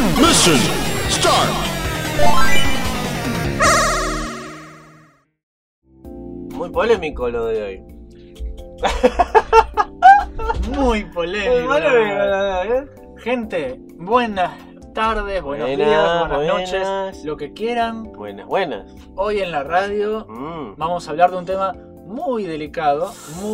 Mission start. Muy polémico lo de hoy. Muy polémico. Gente, buenas tardes, buenos días, buenas noches, lo que quieran. Buenas. Hoy en la radio vamos a hablar de un tema muy delicado,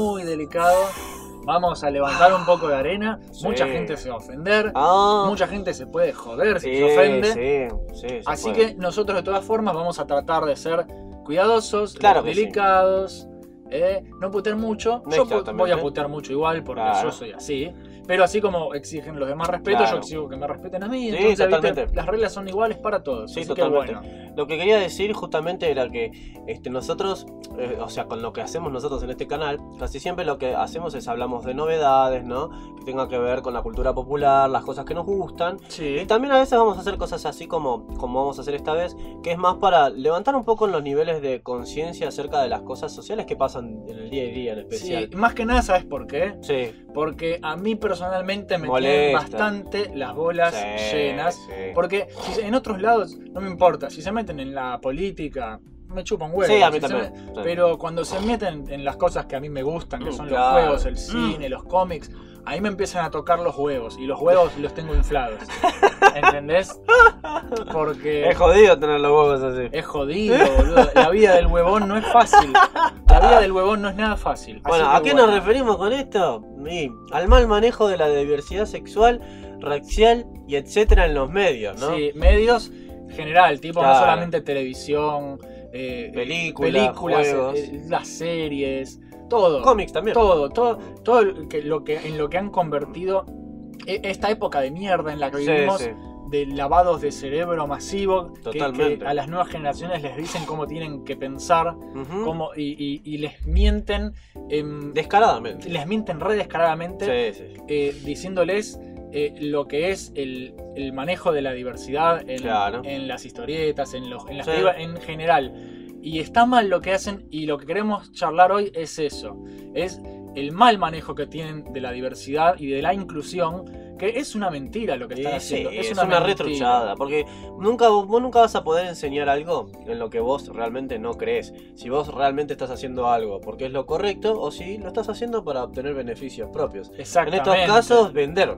Vamos a levantar un poco de arena. Sí. Mucha gente se va a ofender. Ah. Mucha gente se puede joder si se ofende. Sí, Así puede. que nosotros de todas formas vamos a tratar de ser cuidadosos, Claro que delicados. No putear mucho. Yo Exactamente. voy a putear mucho igual porque Claro. yo soy así. Pero así como exigen los demás respeto, Claro. yo exijo que me respeten a mí. Sí, Entonces, totalmente. ¿viste? Las reglas son iguales para todos. Sí, así totalmente. que bueno. Lo que quería decir justamente era que nosotros, o sea, con lo que hacemos nosotros en este canal, casi siempre lo que hacemos es hablamos de novedades, ¿no? Que tenga que ver con la cultura popular, las cosas que nos gustan. Sí. Y también a veces vamos a hacer cosas así como vamos a hacer esta vez, que es más para levantar un poco los niveles de conciencia acerca de las cosas sociales que pasan en el día a día en especial. Sí, más que nada, ¿sabes por qué? Sí. Porque a mí personalmente me Molesta. tienen bastante las bolas Sí, llenas. sí. Porque en otros lados no me importa. Si se meten en la política, me chupan huevos. Sí, a mí Si se también. me- Sí. Pero cuando se meten en las cosas que a mí me gustan, que son los Claro. juegos, el cine, los cómics, ahí me empiezan a tocar los huevos. Y los huevos los tengo inflados. ¿Entendés? Porque Es jodido tener los huevos así. es jodido, boludo. La vida del huevón no es fácil. La vida del huevón no es nada fácil. Así Bueno, que ¿a qué nos referimos con esto? Sí, al mal manejo de la diversidad sexual, racial y etcétera en los medios, ¿no? Sí, medios general, tipo no Claro. solamente televisión, Películas, juegos. las series, todo. Cómics también. Todo lo que en lo que han convertido esta época de mierda en la que Sí, vivimos, sí. de lavados de cerebro masivo, que Totalmente. a las nuevas generaciones les dicen cómo tienen que pensar, Ujú. y les mienten, Descaradamente. les mienten re descaradamente, Sí, sí. diciéndoles lo que es el manejo de la diversidad Claro. en las historietas, en las Sí. películas en general. Y está mal lo que hacen, y lo que queremos charlar hoy es eso. Es el mal manejo que tienen de la diversidad y de la inclusión, que es una mentira lo que están haciendo. Sí, es una mentira. retruchada, porque vos nunca vas a poder enseñar algo en lo que vos realmente no crees. Si vos realmente estás haciendo algo porque es lo correcto, o si lo estás haciendo para obtener beneficios propios. En Exactamente. estos casos, vender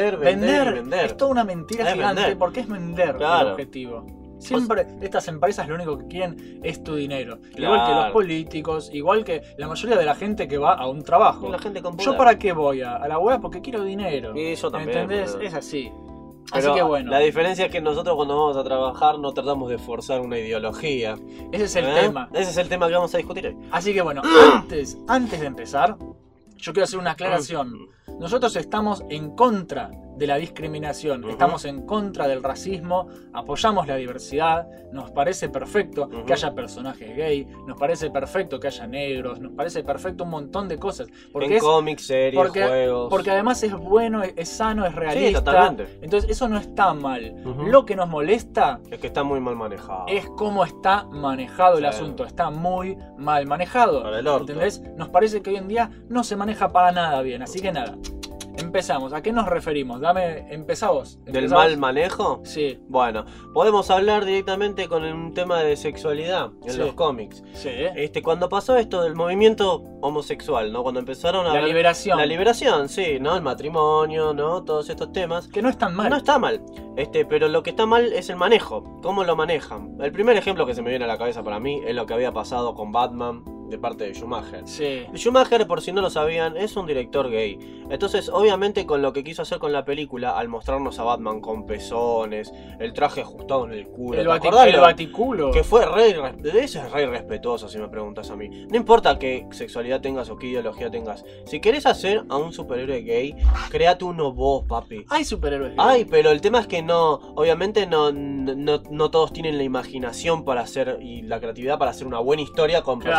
Es toda una mentira Es gigante, vender. porque es vender Claro. el objetivo. Siempre estas empresas lo único que quieren es tu dinero. Claro. Igual que los políticos, igual que la mayoría de la gente que va a un trabajo. Y la gente con ¿Yo poder. para qué voy a la web? Porque quiero dinero. Y yo también, ¿Entendés? boludo. Es así. Pero Así que bueno, la diferencia es que nosotros cuando vamos a trabajar no tratamos de forzar una ideología. ese es el ¿Eh? tema. Ese es el tema que vamos a discutir hoy. Así que bueno, antes de empezar, yo quiero hacer una aclaración. Nosotros estamos en contra de la discriminación, estamos en contra del racismo, apoyamos la diversidad, nos parece perfecto que haya personajes gay, nos parece perfecto que haya negros, nos parece perfecto un montón de cosas. En cómics, series, juegos. Porque además es bueno, es sano, es realista. Sí, totalmente. Entonces eso no está mal. Ujú. Lo que nos molesta Es que está muy mal manejado. es cómo está manejado el Sí. asunto. Está muy mal manejado. Para el orto. ¿Entendés? Nos parece que hoy en día no se maneja para nada bien. Así que nada, empezamos. ¿A qué nos referimos? Empezá vos. ¿Del ¿Empezá mal vos? manejo? Sí, Bueno, podemos hablar directamente con un tema de sexualidad en Sí. los cómics. sí. Cuando pasó esto del movimiento homosexual, ¿no? Cuando empezaron a La ver- liberación. La liberación, sí, ¿no? El matrimonio, ¿no? Todos estos temas. Que no es tan mal. No está mal, pero lo que está mal es el manejo, cómo lo manejan. El primer ejemplo que se me viene a la cabeza para mí es lo que había pasado con Batman de parte de Schumacher. Sí. Schumacher, por si no lo sabían, es un director gay. Entonces, obviamente, con lo que quiso hacer con la película, al mostrarnos a Batman con pezones, el traje ajustado en el culo, El, ¿te acordás el lo- baticulo. que fue eso es re respetuoso si me preguntas a mí. No importa qué sexualidad tengas o qué ideología tengas. Si querés hacer a un superhéroe gay, créate uno vos, papi. Hay superhéroes gay. Ay, pero el tema es que no, obviamente no todos tienen la imaginación para hacer y la creatividad para hacer una buena historia con Claro, personajes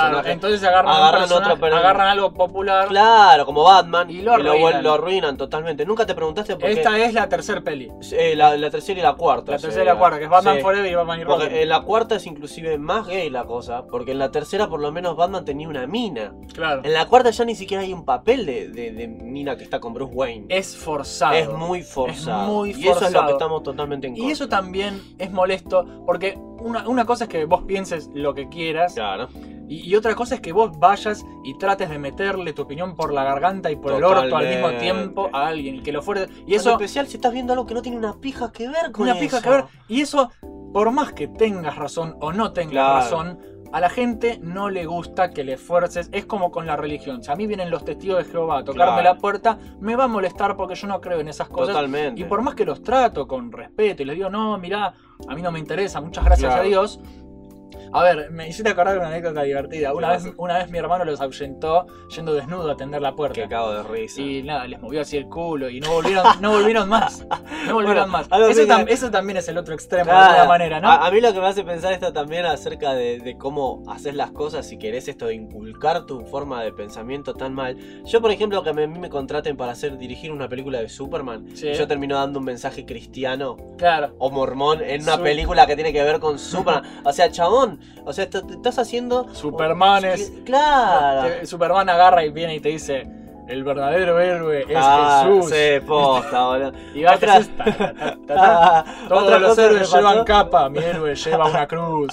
Entonces agarran algo popular. Claro, como Batman. Y lo arruinan totalmente. Nunca te preguntaste por qué. Esta es la tercera peli. La tercera y la cuarta. La tercera y la cuarta, que es Batman Forever y Batman y Robin. Porque en la cuarta es inclusive más gay la cosa. Porque en la tercera por lo menos Batman tenía una mina. Claro. En la cuarta ya ni siquiera hay un papel de mina que está con Bruce Wayne. Es forzado. Es muy forzado. Y eso es lo que estamos totalmente en contra. Y eso también es molesto porque una cosa es que vos pienses lo que quieras. Claro. Y otra cosa es que vos vayas y trates de meterle tu opinión por la garganta y por el orto al mismo tiempo a alguien. Y que lo fuerte. Y eso. En especial si estás viendo algo que no tiene una pija que ver con eso. Una pija que ver. Y eso, por más que tengas razón o no tengas razón, a la gente no le gusta que le fuerces. Es como con la religión. Si a mí vienen los testigos de Jehová a tocarme la puerta, me va a molestar porque yo no creo en esas cosas. Totalmente. Y por más que los trato con respeto y les digo, no, mirá, a mí no me interesa, muchas gracias a Dios. A ver, me hiciste acordar de una anécdota divertida. Una vez mi hermano los ahuyentó yendo desnudo a atender la puerta. Qué cago de risa. Y nada, les movió así el culo y no volvieron más. No volvieron más. Eso también es el otro extremo de alguna manera, ¿no? A mí lo que me hace pensar esto también acerca de cómo haces las cosas si querés esto de inculcar tu forma de pensamiento tan mal. Yo, por ejemplo, que a mí me contraten para dirigir una película de Superman, y yo termino dando un mensaje cristiano o mormón en una película que tiene que ver con Superman. O sea, chabón, o sea, estás haciendo... Superman es... Claro. Superman agarra y viene y te dice... El verdadero héroe es Jesús. Sí, posta, boludo. Y va a todos los héroes llevan capa, mi héroe lleva una cruz.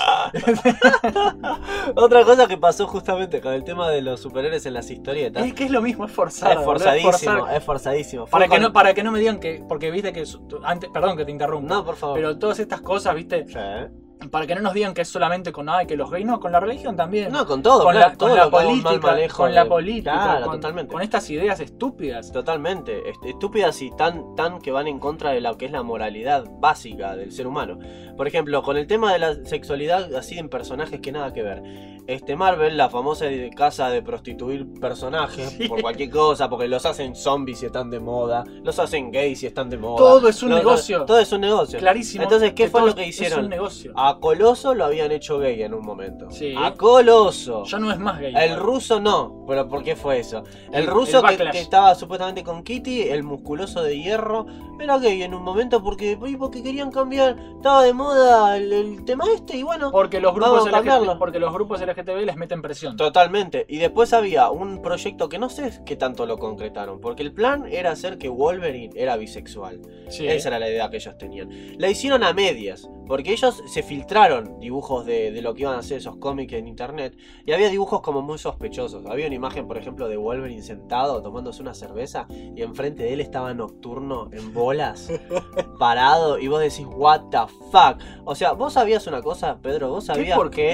Otra cosa que pasó justamente con el tema de los superhéroes en las historietas. Es que es lo mismo, es forzado. Es forzadísimo. Para que no me digan que... Porque viste que... Perdón que te interrumpa. No, por favor. Pero todas estas cosas, viste... Sí. Para que no nos digan que es solamente con que los gays, no, con la religión también. No, con todo, con claro, la política, claro, totalmente. Con estas ideas estúpidas. Totalmente, estúpidas y tan que van en contra de lo que es la moralidad básica del ser humano. Por ejemplo, con el tema de la sexualidad así en personajes que nada que ver. Marvel, la famosa casa de prostituir personajes por cualquier cosa, porque los hacen zombies si están de moda, los hacen gays si están de moda. Todo es un negocio. Todo es un negocio. Clarísimo. Entonces, ¿qué fue lo que hicieron? Es un negocio. A Coloso lo habían hecho gay en un momento. Sí. A Coloso. Ya no es más gay. El ruso no. ¿Pero por qué fue eso? El ruso que estaba supuestamente con Kitty, el musculoso de hierro, era gay en un momento porque querían cambiar. Estaba de moda el tema y bueno. Porque los grupos LGTB les meten presión. Totalmente. Y después había un proyecto que no sé qué tanto lo concretaron. Porque el plan era hacer que Wolverine era bisexual. Sí. Esa era la idea que ellos tenían. La hicieron a medias. Porque ellos se filtraron dibujos de lo que iban a hacer esos cómics en internet. Y había dibujos como muy sospechosos. Había una imagen, por ejemplo, de Wolverine sentado tomándose una cerveza. Y enfrente de él estaba Nocturno en bolas, parado. Y vos decís, what the fuck. O sea, vos sabías una cosa, Pedro. Vos sabías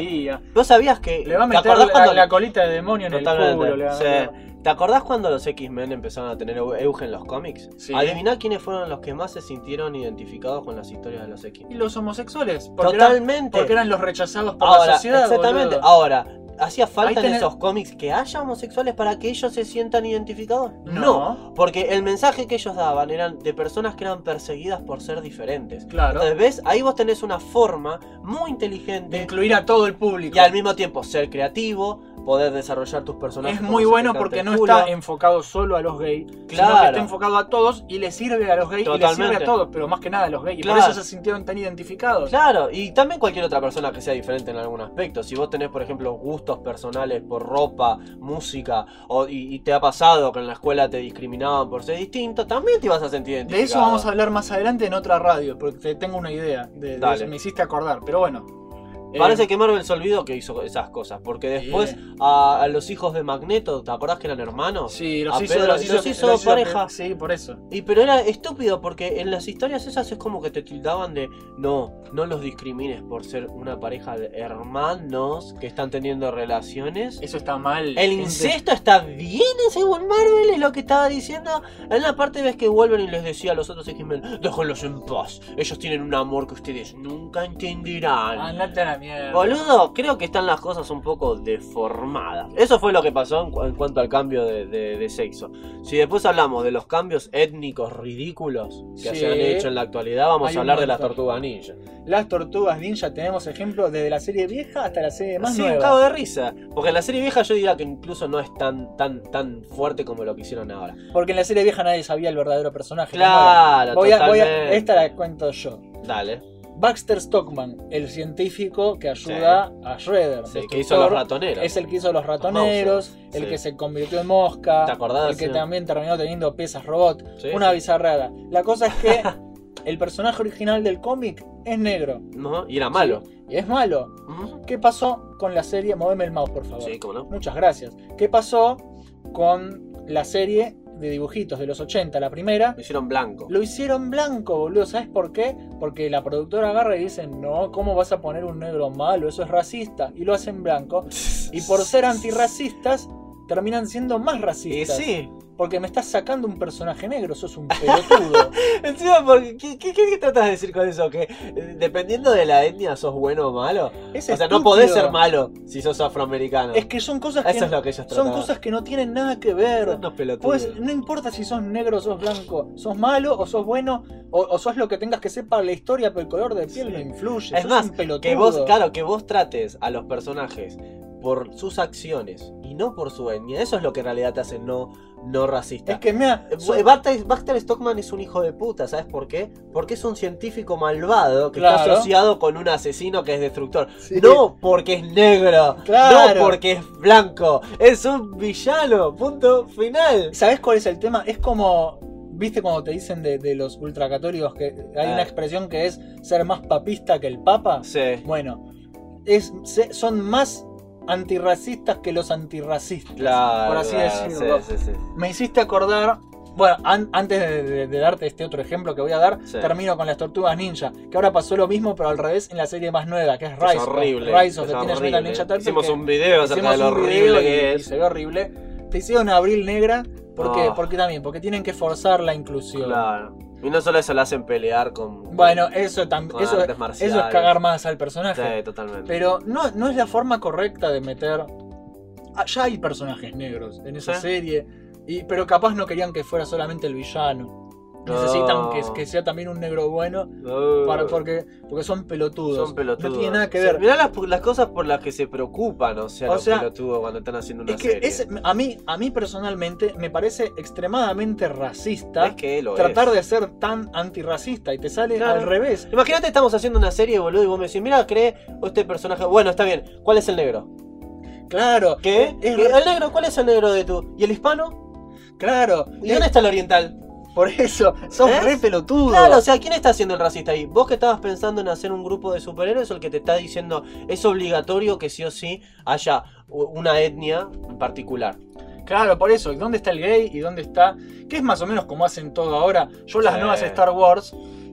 que le va a meter la colita de demonio en el culo. ¿Te acordás cuando los X-Men empezaron a tener Eugen en los cómics? Sí. Adiviná quiénes fueron los que más se sintieron identificados con las historias de los X-Men. Y los homosexuales. Totalmente. Porque eran los rechazados por la sociedad. Exactamente. Boludo. Ahora, ¿hacía falta en esos cómics que haya homosexuales para que ellos se sientan identificados? No. Porque el mensaje que ellos daban eran de personas que eran perseguidas por ser diferentes. Claro. Entonces, ¿ves? Ahí vos tenés una forma muy inteligente de incluir a todo el público. Y al mismo tiempo ser creativo, poder desarrollar tus personajes. Es muy bueno porque no está enfocado solo a los gays, sino que está enfocado a todos y le sirve a los gays. Totalmente. Y le sirve a todos, pero más que nada a los gays. Y por eso se sintieron tan identificados. Claro, y también cualquier otra persona que sea diferente en algún aspecto. Si vos tenés, por ejemplo, gustos personales por ropa, música, y te ha pasado que en la escuela te discriminaban por ser distinto, también te vas a sentir identificado. De eso vamos a hablar más adelante en otra radio, porque tengo una idea de eso. Me hiciste acordar, pero bueno. Parece que Marvel se olvidó que hizo esas cosas, porque después a los hijos de Magneto, ¿te acordás que eran hermanos? Sí, los hizo pareja. Sí, por eso. Pero era estúpido, porque en las historias esas es como que te tildaban de no los discrimines por ser una pareja de hermanos que están teniendo relaciones. Eso está mal. El incesto está bien según Marvel, es lo que estaba diciendo. En la parte ves que Wolverine les decía a los otros X-Men, déjenlos en paz, ellos tienen un amor que ustedes nunca entenderán. Andate a la mierda. Boludo, creo que están las cosas un poco deformadas. Eso fue lo que pasó en cuanto al cambio de sexo. Si después hablamos de los cambios étnicos ridículos que Sí. se han hecho en la actualidad, vamos Hay a un hablar de las montón. tortugas ninja. Las tortugas ninja tenemos ejemplos desde la serie vieja hasta la serie más Sí, un nueva. cago de risa. Porque en la serie vieja yo diría que incluso no es tan fuerte como lo que hicieron ahora. Porque en la serie vieja nadie sabía el verdadero personaje. Claro, totalmente. Esta la cuento yo. Dale. Baxter Stockman, el científico que ayuda a Shredder. Sí, que destructor, hizo los ratoneros. Es el que hizo los ratoneros, Mousers, el sí. que se convirtió en mosca, ¿Te acordás? el que Sí. también terminó teniendo piezas robot. Sí, Una sí. bizarrada. La cosa es que el personaje original del cómic es negro. No, y era malo. Y es malo. Ujú. ¿Qué pasó con la serie? Moveme el mouse, por favor. Sí, cómo no. Muchas gracias. ¿Qué pasó con la serie de dibujitos de los 80, la primera? Me hicieron blanco. Lo hicieron blanco, boludo. ¿Sabes por qué? Porque la productora agarra y dice, no, ¿cómo vas a poner un negro malo? Eso es racista. Y lo hacen blanco. Y por ser antirracistas, terminan siendo más Y racistas. sí. Porque me estás sacando un personaje negro, sos un pelotudo. Encima, porque, ¿qué tratas de decir con eso? Que dependiendo de la etnia sos bueno o malo. Es O sea, no estúpido. podés ser malo si sos afroamericano. Es que son cosas que, Eso es lo que ellos son trataban. cosas que no tienen nada que ver. Son unos pelotudos. Pues no importa si sos negro o sos blanco, sos malo o sos bueno, o sos lo que tengas que ser para la historia, pero el color de piel Sí. no influye. Es sos más, un pelotudo. que vos, claro, que vos trates a los personajes por sus acciones y no por su etnia, eso es lo que en realidad te hace no racista. Es que mira, Baxter Stockman es un hijo de puta, ¿sabes por qué? Porque es un científico malvado que Claro. está asociado con un asesino que es destructor. Sí. No porque es negro, Claro. no porque es blanco, es un villano, punto final. ¿sabés cuál es el tema? Es como, viste cuando te dicen de los ultracatólicos que hay una expresión que es ser más papista que el papa. Sí. Bueno, son más antirracistas que los antirracistas. Claro, por así claro, decirlo. sí. Me hiciste acordar. Bueno, antes de darte este otro ejemplo que voy a dar, Sí. termino con las tortugas ninja. Que ahora pasó lo mismo, pero al revés en la serie más nueva, que es Es Rise. horrible. Rise of es the Teenage horrible. Mutant Ninja Turtles. Hicimos que un video acerca hicimos de lo un video horrible y que es. se ve horrible. Te hicieron abril negra. ¿Por qué? Ah. Porque también, porque tienen que forzar la inclusión. Claro. Y no solo eso, lo hacen pelear con. Bueno, eso también. con Eso artes marciales. es cagar más al personaje. Sí, totalmente. Pero no es la forma correcta de meter. Ya hay personajes negros en esa Sí. serie. Pero capaz no querían que fuera solamente el villano. Necesitan No. que sea también un negro bueno. Porque son pelotudos. Son pelotudos. No tiene nada que O sea, ver. mirá las cosas por las que se preocupan, o sea, O los sea, pelotudos cuando están haciendo una Es que serie. a mí personalmente me parece extremadamente racista Es que lo tratar es. de ser tan antirracista y te sale Claro. al revés. Imagínate, estamos haciendo una serie, boludo, y vos me decís, mira, cree este personaje. Bueno, está bien. ¿Cuál es el negro? Claro. ¿Qué? Es ¿El negro? ¿Cuál es el negro de tú? ¿Y el hispano? Claro. ¿Y dónde está el oriental? Por eso, sos ¿Eh? re pelotudo. Claro, o sea, ¿quién está haciendo el racista ahí? ¿Vos que estabas pensando en hacer un grupo de superhéroes o el que te está diciendo es obligatorio que sí o sí haya una etnia en particular? Claro, por eso. ¿Dónde está el gay y dónde está? Que es más o menos como hacen todo ahora. Yo las Sí. nuevas Star Wars.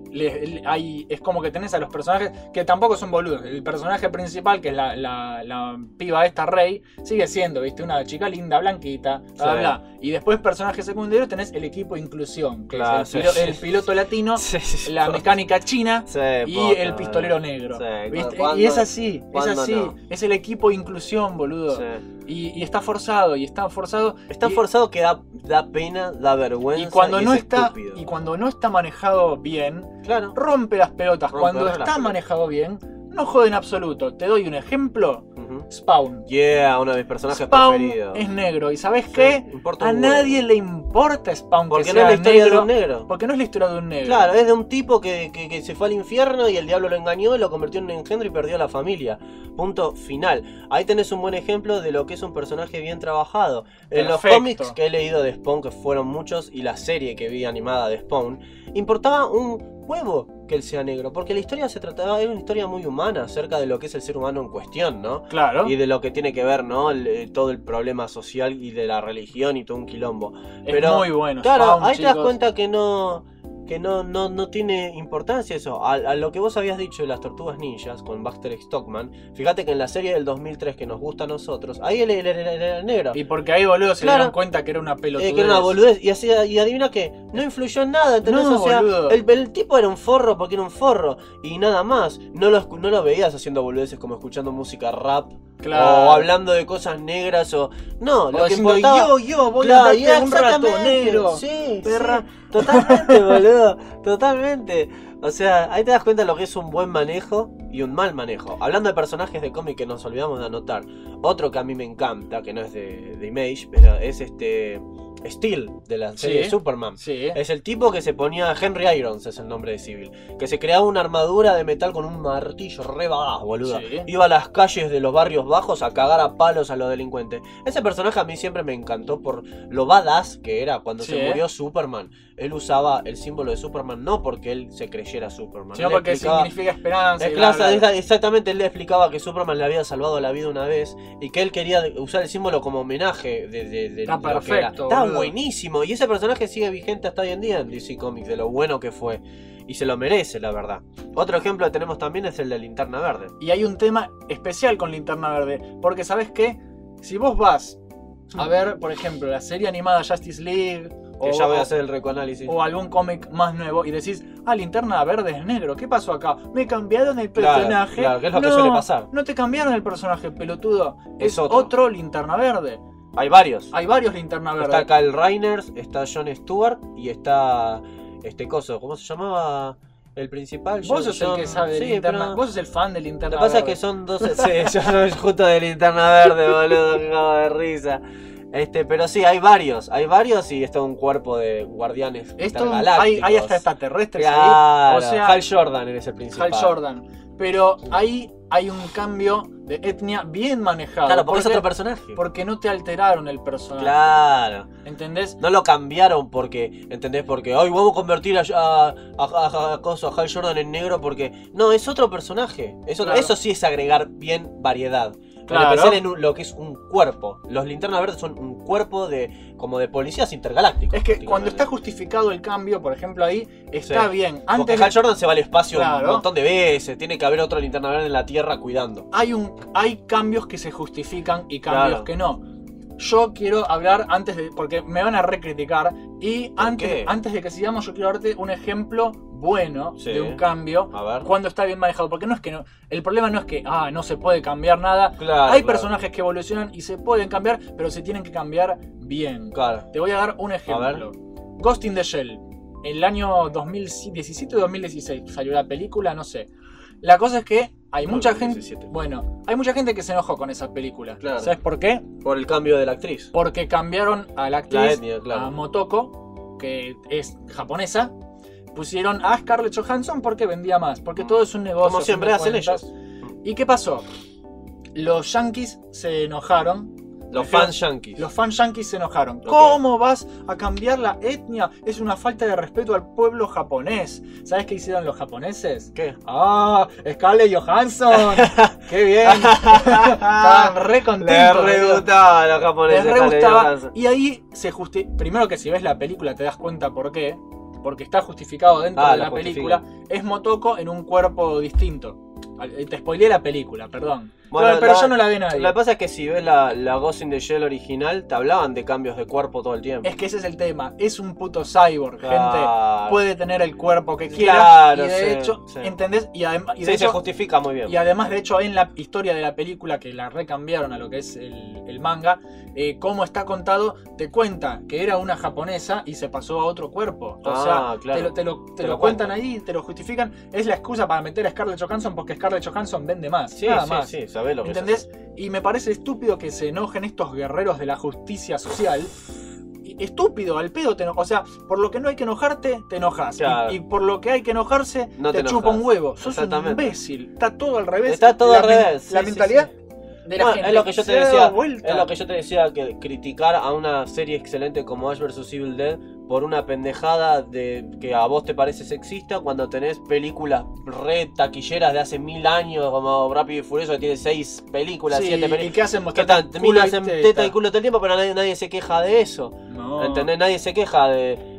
Es como que tenés a los personajes que tampoco son boludos. El personaje principal, que es la piba esta Rey, sigue siendo, viste, una chica linda, blanquita, bla, Sí. bla, bla. Y después personajes secundarios tenés el equipo inclusión, que Claro, es el, sí. el piloto latino, Sí, la mecánica china Sí, y posta, el pistolero negro. Sí, ¿viste? ¿cuándo- Y es así, cuándo no? es el equipo inclusión, boludo. Sí. Y está forzado, Está y- forzado que da pena, da vergüenza. Y cuando es no está estúpido. y cuando no está manejado bien, Claro. rompe las pelotas. Rompe Cuando las está pelotas. manejado bien, no jode en absoluto. Te doy un ejemplo. Ujú. Spawn. Yeah, uno de mis personajes Spawn preferidos. es negro. ¿Y sabes Sí, qué? importa A un huevo. nadie le importa Spawn Porque que no es sea la historia negro. de un negro. Porque no es la historia de un negro. Claro, es de un tipo que se fue al infierno y el diablo lo engañó y lo convirtió en un engendro y perdió a la familia. Punto final. Ahí tenés un buen ejemplo de lo que es un personaje bien trabajado. En los Perfecto. cómics que he leído de Spawn, que fueron muchos, y la serie que vi animada de Spawn, importaba un huevo que él sea negro, porque la historia se trataba, era una historia muy humana acerca de lo que es el ser humano en cuestión, ¿no? Claro. Y de lo que tiene que ver, ¿no? Todo el problema social y de la religión y todo un quilombo. Es Pero, muy bueno. claro, Spawn, ahí te das chicos. cuenta que que no tiene importancia eso. A lo que vos habías dicho de las tortugas ninjas con Baxter Stockman, fíjate que en la serie del 2003 que nos gusta a nosotros, ahí él era negro. Y porque ahí, boludo, se dieron cuenta que era una pelotudez. Que era una boludez. Y adivina que no influyó en nada, ¿entendés? No, o sea, boludo. el tipo era un forro porque era un forro. Y nada más. No lo veías haciendo boludeces como escuchando música rap. Claro. O hablando de cosas negras o... No, O lo que diciendo, importaba... yo voy Claro, a y darte un rato exactamente. negro. Sí, perra. sí, totalmente, boludo. Totalmente. O sea, ahí te das cuenta de lo que es un buen manejo y un mal manejo. Hablando de personajes de cómic que nos olvidamos de anotar. Otro que a mí me encanta, que no es de Image, pero es Steel, de la serie de Superman. Sí. Es el tipo que se ponía... Henry Irons es el nombre de civil. Que se creaba una armadura de metal con un martillo re badass, boludo. Sí. Iba a las calles de los barrios bajos a cagar a palos a los delincuentes. Ese personaje a mí siempre me encantó por lo badass que era cuando se murió Superman. Él usaba el símbolo de Superman no porque él se creyera Superman. Sino porque significa esperanza. Exactamente, él le explicaba que Superman le había salvado la vida una vez y que él quería usar el símbolo como homenaje de Está lo que era. perfecto. Está buenísimo. Y ese personaje sigue vigente hasta hoy en día en DC Comics, de lo bueno que fue. Y se lo merece, la verdad. Otro ejemplo que tenemos también es el de Linterna Verde. Y hay un tema especial con Linterna Verde. Porque, ¿sabes qué? Si vos vas a ver, por ejemplo, la serie animada Justice League... Que ya voy a hacer el recoanálisis. O algún cómic más nuevo y decís, Linterna Verde es negro, ¿qué pasó acá? Me cambiaron el personaje. Claro, que es lo que suele pasar. No te cambiaron el personaje, pelutudo. Es otro Linterna Verde. Hay varios. Hay varios Linterna Verde. Está Kyle Rainers, está Jon Stewart y está ¿cómo se llamaba? El principal. Vos sos el que sabe de Linterna. Pero... Vos sos el fan de Linterna Verde. Lo que pasa es que son dos. Sí, yo soy justo de Linterna Verde, boludo, me cago de risa. Pero sí, hay varios y está un cuerpo de guardianes intergalácticos. Hay hasta extraterrestres claro, ahí. O sea, Hal Jordan es el principal. Hal Jordan. Pero ahí hay un cambio de etnia bien manejado. Claro, porque es otro personaje. Porque no te alteraron el personaje. Claro. ¿Entendés? No lo cambiaron porque, ¿entendés? Porque hoy vamos a convertir a Hal Jordan en negro porque... No, es otro personaje. Claro. Eso sí es agregar bien variedad. Claro. Empezar en lo que es un cuerpo. Los Linternas Verdes son un cuerpo como de policías intergalácticos. Es que cuando está justificado el cambio, por ejemplo, ahí está bien. Porque Hal Jordan se va al espacio un montón de veces. Tiene que haber otra Linterna Verde en la Tierra cuidando. Hay cambios que se justifican y cambios que no. Yo quiero hablar porque me van a recriticar. Y antes de que sigamos, yo quiero darte un ejemplo bueno de un cambio cuando está bien manejado. Porque no es que no. El problema no es que no se puede cambiar nada. Hay personajes que evolucionan y se pueden cambiar, pero se tienen que cambiar bien. Claro. Te voy a dar un ejemplo. Ghost in the Shell. En el año 2017 o 2016 salió la película, no sé. La cosa es que hay mucha gente. Hay mucha gente que se enojó con esa película. Claro. ¿Sabes por qué? Por el cambio de la actriz. Porque cambiaron a la actriz, a Motoko, que es japonesa. Pusieron a Scarlett Johansson porque vendía más. Porque todo es un negocio. Como siempre hacen ellos. ¿Y qué pasó? Los yankees se enojaron. Los fans yankees. Los fans yankees se enojaron. ¿Cómo vas a cambiar la etnia? Es una falta de respeto al pueblo japonés. ¿Sabes qué hicieron los japoneses? ¿Qué? Scarlett Johansson. ¡Qué bien! Estaban re contentos. Les re gustaba a los japoneses. Les re gustaba. Y ahí primero que si ves la película te das cuenta por qué. Porque está justificado dentro de la película. Es Motoko en un cuerpo distinto. Te spoileé la película, perdón. Bueno, pero ya no la ve nadie. Lo que pasa es que si ves la Ghost in the Shell original, te hablaban de cambios de cuerpo todo el tiempo. Es que ese es el tema. Es un puto cyborg, gente. Puede tener el cuerpo que quiera. Y de hecho, ¿entendés? Y de hecho, se justifica muy bien. Y además, de hecho, en la historia de la película, que la recambiaron a lo que es el manga, cómo está contado, te cuenta que era una japonesa y se pasó a otro cuerpo. O sea, claro. te lo cuentan ahí, te lo justifican. Es la excusa para meter a Scarlett Johansson porque Scarlett Johansson vende más. Nada más. Sí, sabés lo que ¿entendés? Y me parece estúpido que se enojen estos guerreros de la justicia social. Estúpido, al pedo te enojas. O sea, por lo que no hay que enojarte, te enojas. Claro. Y por lo que hay que enojarse, te chupa un huevo. Sos un imbécil. Está todo al revés. Está todo al revés. La mentalidad de la gente. Es lo que yo te decía. Es lo que yo te decía, que criticar a una serie excelente como Ash vs Evil Dead por una pendejada de que a vos te parece sexista cuando tenés películas re taquilleras de hace 1000 años como Rápido y Furioso, que tiene 6 películas, 7 películas. ¿Y qué hacen? Minas en teta y culo todo el tiempo, pero nadie se queja de eso. No. ¿Entendés? Nadie se queja de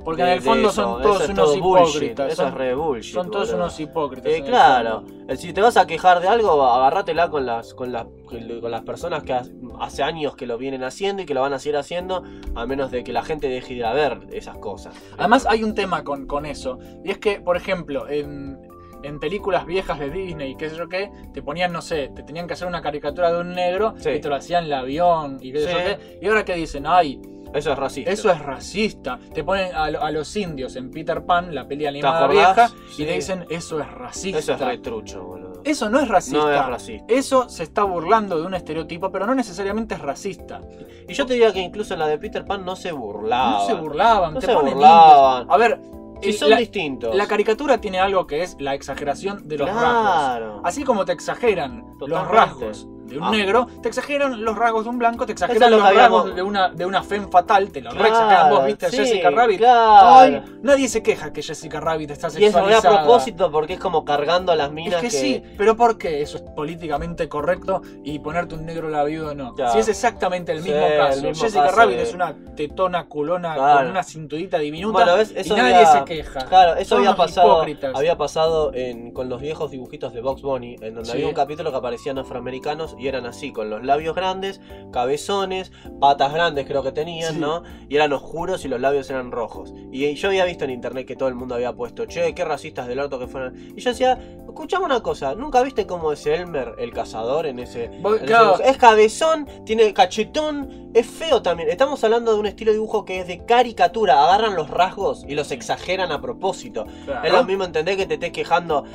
Porque en el fondo eso. son todos Eso es unos todo bullshit. hipócritas. Eso es re bullshit. Son todos boludo. unos hipócritas. en el Claro, fondo. si te vas a quejar de algo, agárratela con las personas que hace años que lo vienen haciendo y que lo van a seguir haciendo, a menos de que la gente deje de ir a ver esas cosas. Además hay un tema con eso. Y es que, por ejemplo, en películas viejas de Disney, qué sé yo qué, te ponían, no sé, te tenían que hacer una caricatura de un negro Sí. y te lo hacían el avión y qué sé Sí. yo qué. Y ahora que dicen, ay, Eso es racista. eso es racista. Te ponen a los indios en Peter Pan, la peli animada acordás? vieja, Sí. y te dicen, eso es racista. Eso es retrucho, boludo. Eso no es racista. No es racista. Eso se está burlando de un estereotipo, pero no necesariamente es racista. Y yo te diría que incluso en la de Peter Pan no se burlaban. No se burlaban, No te se ponen burlaban. indios. A ver, Si son distintos. la caricatura tiene algo que es la exageración de los rasgos. Claro. Así como te exageran los Totalmente. rasgos de un negro, te exageran los rasgos de un blanco, te Eso exageran es lo los que rasgos habíamos- de una femme fatal, te lo Claro, reexageran. Vos viste a sí, Jessica Rabbit. claro. Ay, nadie se queja que Jessica Rabbit está Y eso es sexualizada. a propósito porque es como cargando a las Es minas que sí, pero ¿por qué eso es políticamente correcto y ponerte un negro labido no? Claro. Si es exactamente el Sí, mismo caso. el mismo Jessica caso Rabbit de- es una tetona culona Claro. con una cinturita diminuta Bueno, ¿ves? Eso y nadie había- se queja. Claro, eso Son había unos pasado, hipócritas. con los viejos dibujitos de Bugs Bunny, en donde Sí. había un capítulo que aparecían afroamericanos y eran así, con los labios grandes, cabezones, patas grandes creo que tenían, Sí. ¿no? Y eran oscuros y los labios eran rojos. Y yo había visto en internet que todo el mundo había puesto, che, qué racistas del orto que fueran. Y yo decía, escuchame una cosa, ¿nunca viste cómo es Elmer, el cazador, en ese... Claro. Es cabezón, tiene cachetón, es feo también. Estamos hablando de un estilo de dibujo que es de caricatura. Agarran los rasgos y los exageran a propósito. Claro. Es lo mismo, entender que te estés quejando.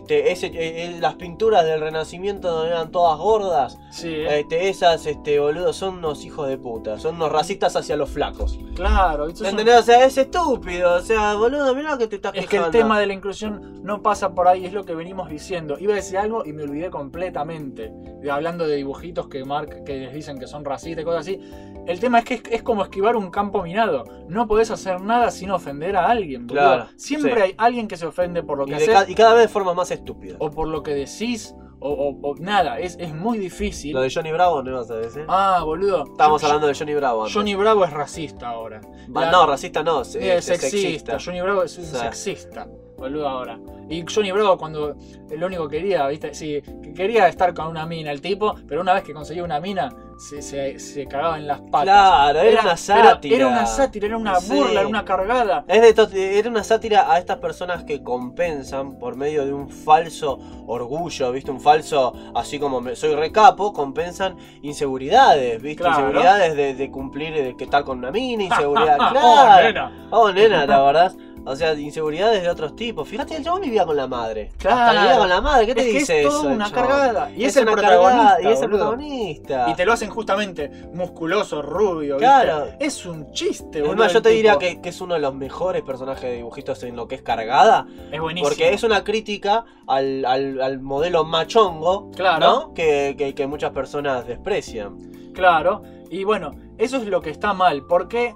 Las pinturas del Renacimiento donde eran todas gordas. Sí, Esas, boludo, son unos hijos de puta. Son unos racistas hacia los flacos. claro. Eso es un- ¿Entendés? O sea, es estúpido. O sea, boludo, mirá lo que te estás Es que quejando. el tema de la inclusión no pasa por ahí, es lo que venimos diciendo. Iba a decir algo y me olvidé completamente. Hablando de dibujitos que les dicen que son racistas y cosas así. El tema es que es como esquivar un campo minado. No podés hacer nada sin ofender a alguien, boludo. Claro, Siempre sí. hay alguien que se ofende por lo que Y, haces y cada vez de forma más estúpida. o por lo que decís o nada. Es muy difícil. Lo de Johnny Bravo, ¿no ibas a decir? Ah, boludo. Estábamos hablando de Johnny Bravo antes. Johnny Bravo es racista ahora. No, racista no, Es sexista. Johnny Bravo es un Sí. sexista, boludo, ahora. Y Johnny Bravo cuando lo único que quería, ¿viste? Sí, que quería estar con una mina el tipo, pero una vez que conseguía una mina, se cagaba en las patas. Claro, era una sátira. Era una sátira, era una Sí. burla, era una cargada. Era una sátira a estas personas que compensan por medio de un falso orgullo, ¿viste? Un falso, así como soy recapo, compensan inseguridades, ¿viste? Claro. Inseguridades de cumplir, de que estar con una mina, inseguridad. Oh, Claro. nena. Oh, nena, la verdad. O sea, inseguridades de otros tipos. Fíjate, el chabón vivía con la madre. Claro. Hasta vivía con la madre. ¿Qué te Es que dice es eso? toda el una chabón? cargada. Y es el una protagonista, cargada, y es el boludo. protagonista. Y te lo hacen justamente musculoso, rubio, ¿viste? Claro. Es un chiste, Es boludo. más, yo el te diría tipo. que es uno de los mejores personajes de dibujitos en lo que es cargada. Es buenísimo. Porque es una crítica al modelo machongo, Claro. ¿no? Que muchas personas desprecian. Claro, y bueno, eso es lo que está mal, porque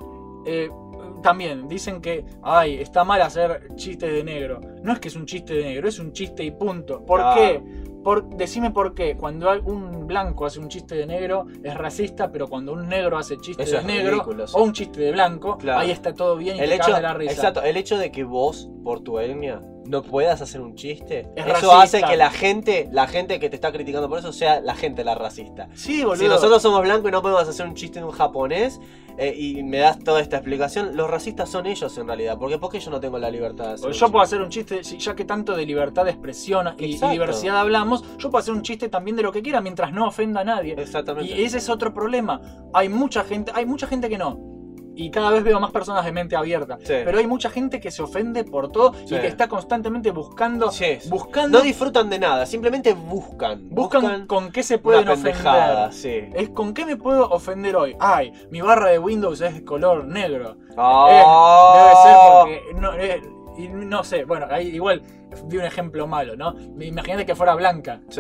también dicen que, ay, está mal hacer chistes de negro. No es que es un chiste de negro, es un chiste y punto. ¿Por Claro. qué? Decime por qué. Cuando un blanco hace un chiste de negro es racista, pero cuando un negro hace chiste Eso de es negro ridículo, sí. o un chiste de blanco, Claro. ahí está todo bien y El te hecho, cagas de la risa. exacto, el hecho de que vos, por tu etnia, no puedas hacer un chiste, Es eso racista. hace que la gente que te está criticando por eso sea la gente la racista. Sí, boludo. Si nosotros somos blancos y no podemos hacer un chiste de un japonés y me das toda esta explicación, los racistas son ellos en realidad. ¿Por qué yo no tengo la libertad de hacer Porque un yo chiste? puedo hacer un chiste, ya que tanto de libertad de expresión y Exacto. diversidad hablamos, yo puedo hacer un chiste también de lo que quiera mientras no ofenda a nadie. Exactamente. Y ese es otro problema. Hay mucha gente que no. Y cada vez veo más personas de mente abierta. Sí. Pero hay mucha gente que se ofende por todo Sí. y que está constantemente buscando. Sí. Buscando. No disfrutan de nada, simplemente buscan. Buscan con qué se pueden una pendejada, ofender. sí. Es con qué me puedo ofender hoy. Ay, mi barra de Windows es de color negro. Ah. Debe ser porque. No sé, bueno, igual di un ejemplo malo, ¿no? Imagínate que fuera blanca. Sí.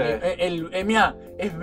Mirá,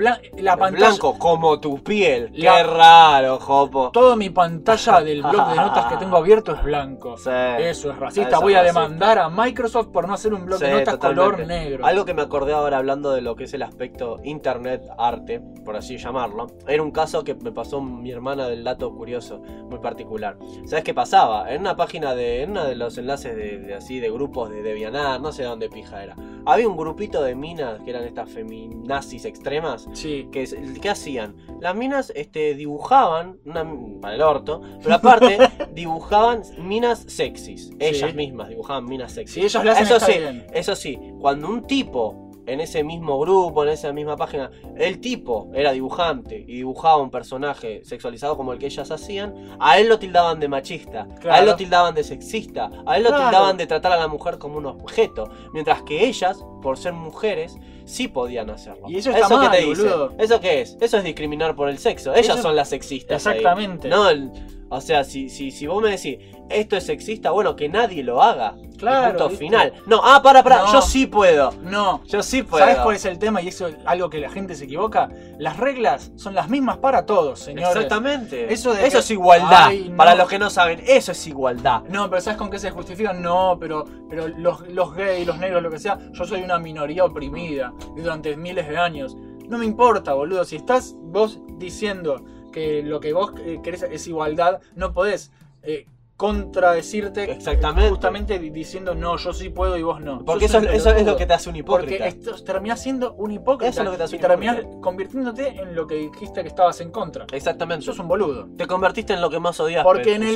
la Es pantalla... blanco como tu piel. La- Qué raro, Jopo. Toda mi pantalla del blog de notas que tengo abierto es blanco. Sí. Eso es racista. Eso Voy es a racista. demandar a Microsoft por no hacer un blog de Sí, notas totalmente. color negro. Algo que me acordé ahora hablando de lo que es el aspecto internet arte, por así llamarlo, era un caso que me pasó mi hermana del dato curioso, muy particular. ¿Sabes qué pasaba? En una página en uno de los enlaces de grupos de DeviantArt, no sé dónde pija era, había un grupito de minas que eran estas feminazis extremas. Sí. ¿Qué hacían? Las minas dibujaban, para el orto, pero aparte dibujaban minas sexys. Ellas mismas dibujaban minas sexys. Si ellos lo hacen, Eso está sí, bien. eso sí, cuando un tipo en ese mismo grupo, en esa misma página, el tipo era dibujante y dibujaba un personaje sexualizado como el que ellas hacían, a él lo tildaban de machista, Claro. a él lo tildaban de sexista, a él lo Claro. tildaban de tratar a la mujer como un objeto, mientras que ellas, por ser mujeres, sí podían hacerlo. Y eso está mal, qué te dice? boludo. ¿Eso qué es? Eso es discriminar por el sexo. Ellas Eso- son las sexistas. ahí. Exactamente. No, o sea, si vos me decís, esto es sexista, bueno, que nadie lo haga. Claro, Punto ¿viste? final. No, para, No. yo sí puedo. No. Yo sí puedo. ¿Sabes cuál es el tema? Y eso es algo que la gente se equivoca. Las reglas son las mismas para todos, señores. Exactamente. Eso de que- es igualdad. Ay, no. Para los que no saben, eso es igualdad. No, pero ¿sabes con qué se justifican? No, pero los gays, los negros, lo que sea, yo soy una minoría oprimida y durante miles de años. No me importa, boludo. Si estás vos diciendo que lo que vos querés es igualdad, no podés contradecirte Exactamente. justamente diciendo no, yo sí puedo y vos no. Porque Sos un eso es pelotudo. lo que te hace un Porque hipócrita. terminás siendo un hipócrita Eso es lo que te hace y un terminás hipócrita. convirtiéndote en lo que dijiste que estabas en contra. Exactamente. Sos un boludo. Te convertiste en lo que más odias. Porque en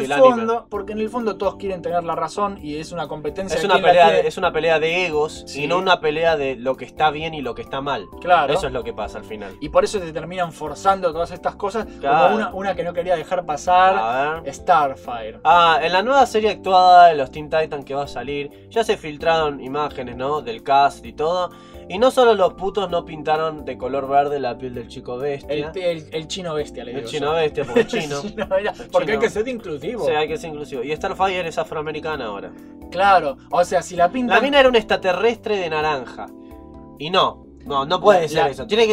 el fondo todos quieren tener la razón y es una competencia. Es de una, quién la pelea tiene. es una pelea de egos Sí. y no una pelea de lo que está bien y lo que está mal. Claro. Eso es lo que pasa al final. Y por eso te terminan forzando todas estas cosas. Claro. Como una que no quería dejar pasar. A ver. Starfire. En la nueva serie actuada de los Teen Titans que va a salir, ya se filtraron imágenes, ¿no? Del cast y todo. Y no solo los putos no pintaron de color verde la piel del chico bestia. El chino bestia, le digo. El yo. chino bestia, porque es chino. Chino bestia, porque chino. hay que ser inclusivo. Sí, hay que ser inclusivo. Y Starfire es afroamericana ahora. Claro. O sea, si la pintan. La mina era un extraterrestre de naranja. Y no puede ser eso. Tiene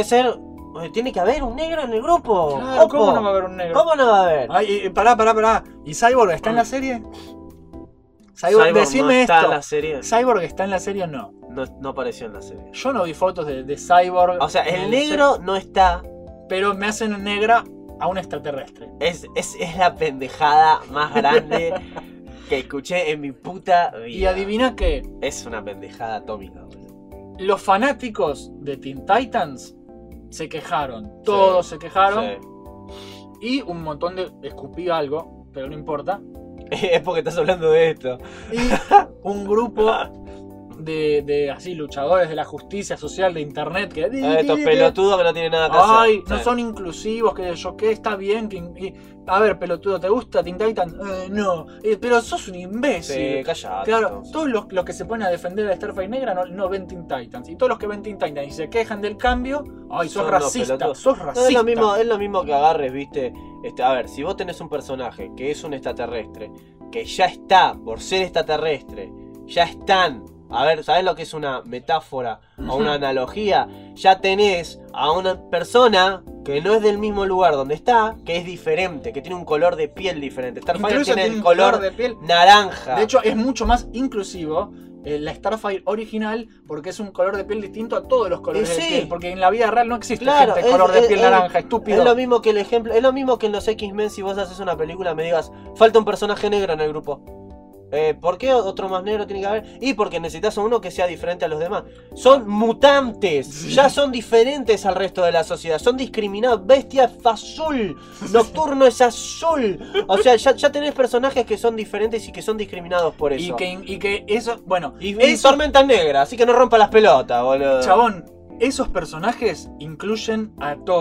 que haber un negro en el grupo. Claro, Opo. ¿cómo no va a haber un negro? ¿Cómo no va a haber? Ay, pará. ¿Y Cyborg está en la serie? Cyborg Decime no está esto. en la serie. ¿Cyborg está en la serie o no? No apareció en la serie. Yo no vi fotos de Cyborg. O sea, en el negro no está. Pero me hacen negra a un extraterrestre. Es la pendejada más grande que escuché en mi puta vida. Y adivina que Es una pendejada atómica, boludo. los fanáticos de Teen Titans se quejaron. Todos se quejaron. Sí. Y un montón de... Escupí algo, pero no importa. Es porque estás hablando de esto. Y un grupo de así luchadores de la justicia social de internet que... Estos pelotudos que no tienen nada que hacer. Ay, no Sí. son inclusivos, que yo qué, está bien. A ver, pelotudo, ¿te gusta Teen Titans? No, pero sos un imbécil. Sí, callate. Claro, entonces. todos los que se ponen a defender a Starfire Negra no ven Teen Titans. Y todos los que ven Teen Titans y se quejan del cambio, ay, sos Son unos racista, pelotudos. sos No, racista. es lo mismo que agarres, viste. A ver, si vos tenés un personaje que es un extraterrestre, que ya está, por ser extraterrestre, ya están. A ver, ¿sabés lo que es una metáfora o una analogía? Ya tenés a una persona que no es del mismo lugar donde está, que es diferente, que tiene un color de piel diferente. Starfire Incluso tiene tiene el un color de piel. naranja. De hecho, es mucho más inclusivo la Starfire original porque es un color de piel distinto a todos los colores Y sí. de piel. Porque en la vida real no existe Claro, gente de color de piel naranja, es estúpido. lo mismo que el ejemplo, es lo mismo que en los X-Men si vos haces una película me digas, falta un personaje negro en el grupo. ¿Por qué otro más negro tiene que haber? Y porque necesitas a uno que sea diferente a los demás. Son mutantes, ya son diferentes al resto de la sociedad, son discriminados. Bestia es azul, Nocturno es azul. O sea, ya tenés personajes que son diferentes y que son discriminados por eso. Y que eso, bueno, Y eso, Tormenta es negra, así que no rompa las pelotas, boludo. chabón, esos personajes incluyen a todos.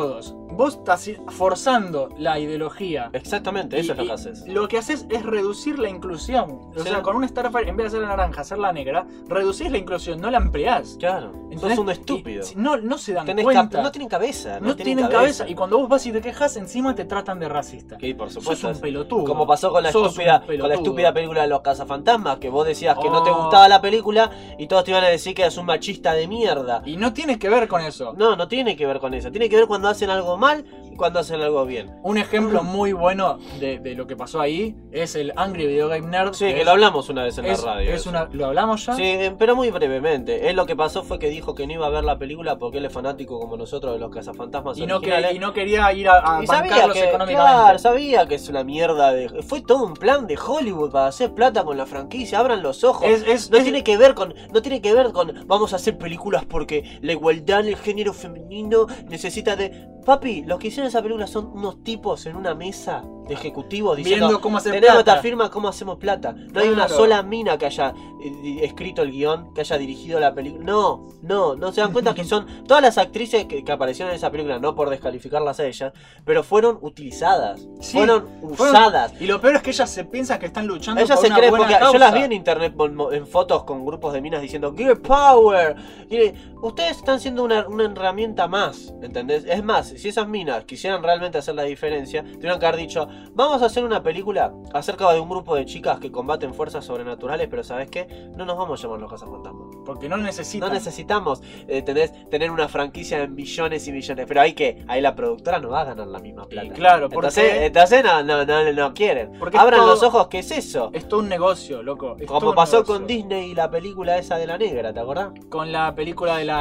vos estás forzando la ideología. Exactamente, eso es lo que haces. Lo que haces es reducir la inclusión. O Sí. sea, con un Starfire, en vez de hacer la naranja, hacer la negra, reducís la inclusión, no la ampliás. Claro, sos un estúpido. No se dan Tenés cuenta. no tienen cabeza. No tienen cabeza. Y cuando vos vas y te quejas, encima te tratan de racista. Sí, por supuesto. Sos un pelotudo. Como pasó con la Sos estúpida, un pelotudo. con la estúpida película de los cazafantasmas, que vos decías que no te Oh. gustaba la película y todos te iban a decir que eras un machista de mierda. Y no tiene que ver con eso. No tiene que ver con eso. Tiene que ver cuando hacen algo mal y cuando hacen algo bien. Un ejemplo muy bueno de lo que pasó ahí es el Angry Video Game Nerd. Sí, que lo hablamos una vez en la radio. Es ¿Lo hablamos ya? Sí, pero muy brevemente. Él lo que pasó fue que dijo que no iba a ver la película porque él es fanático como nosotros de los cazafantasmas Y no, originales. y no quería ir a Y sabía bancarlos que, económicamente. claro, sabía que es una mierda de... Fue todo un plan de Hollywood para hacer plata con la franquicia. Abran los ojos. Tiene que ver con vamos a hacer películas porque la igualdad, el género femenino necesita de... Papi, los que hicieron esa película son unos tipos en una mesa de ejecutivos diciendo Viendo cómo hacer tenemos plata. esta firma, ¿cómo hacemos plata? No hay una Claro. sola mina que haya escrito el guión, que haya dirigido la película. No se dan cuenta que son todas las actrices que aparecieron en esa película, no por descalificarlas a ellas, pero fueron utilizadas, Sí, fueron usadas. Y lo peor es que ellas se piensan que están luchando Ellas por se una creen, buena porque causa. yo las vi en internet en fotos con grupos de minas diciendo Gear Power. Y ustedes están siendo una herramienta más, ¿entendés? Es más, si esas minas quisieran realmente hacer la diferencia, tendrían que haber dicho, vamos a hacer una película acerca de un grupo de chicas que combaten fuerzas sobrenaturales, pero ¿sabes qué? No nos vamos a llamar los cazafantasmas. Porque no necesitan. No necesitamos tener una franquicia de millones y millones, pero ahí la productora no va a ganar la misma plata. Y claro, porque entonces no quieren. Porque Abran es todo- los ojos, ¿qué es eso? Es todo un negocio, loco. Es todo Como un pasó negocio. con Disney y la película esa de la negra, ¿te acordás? Con la película de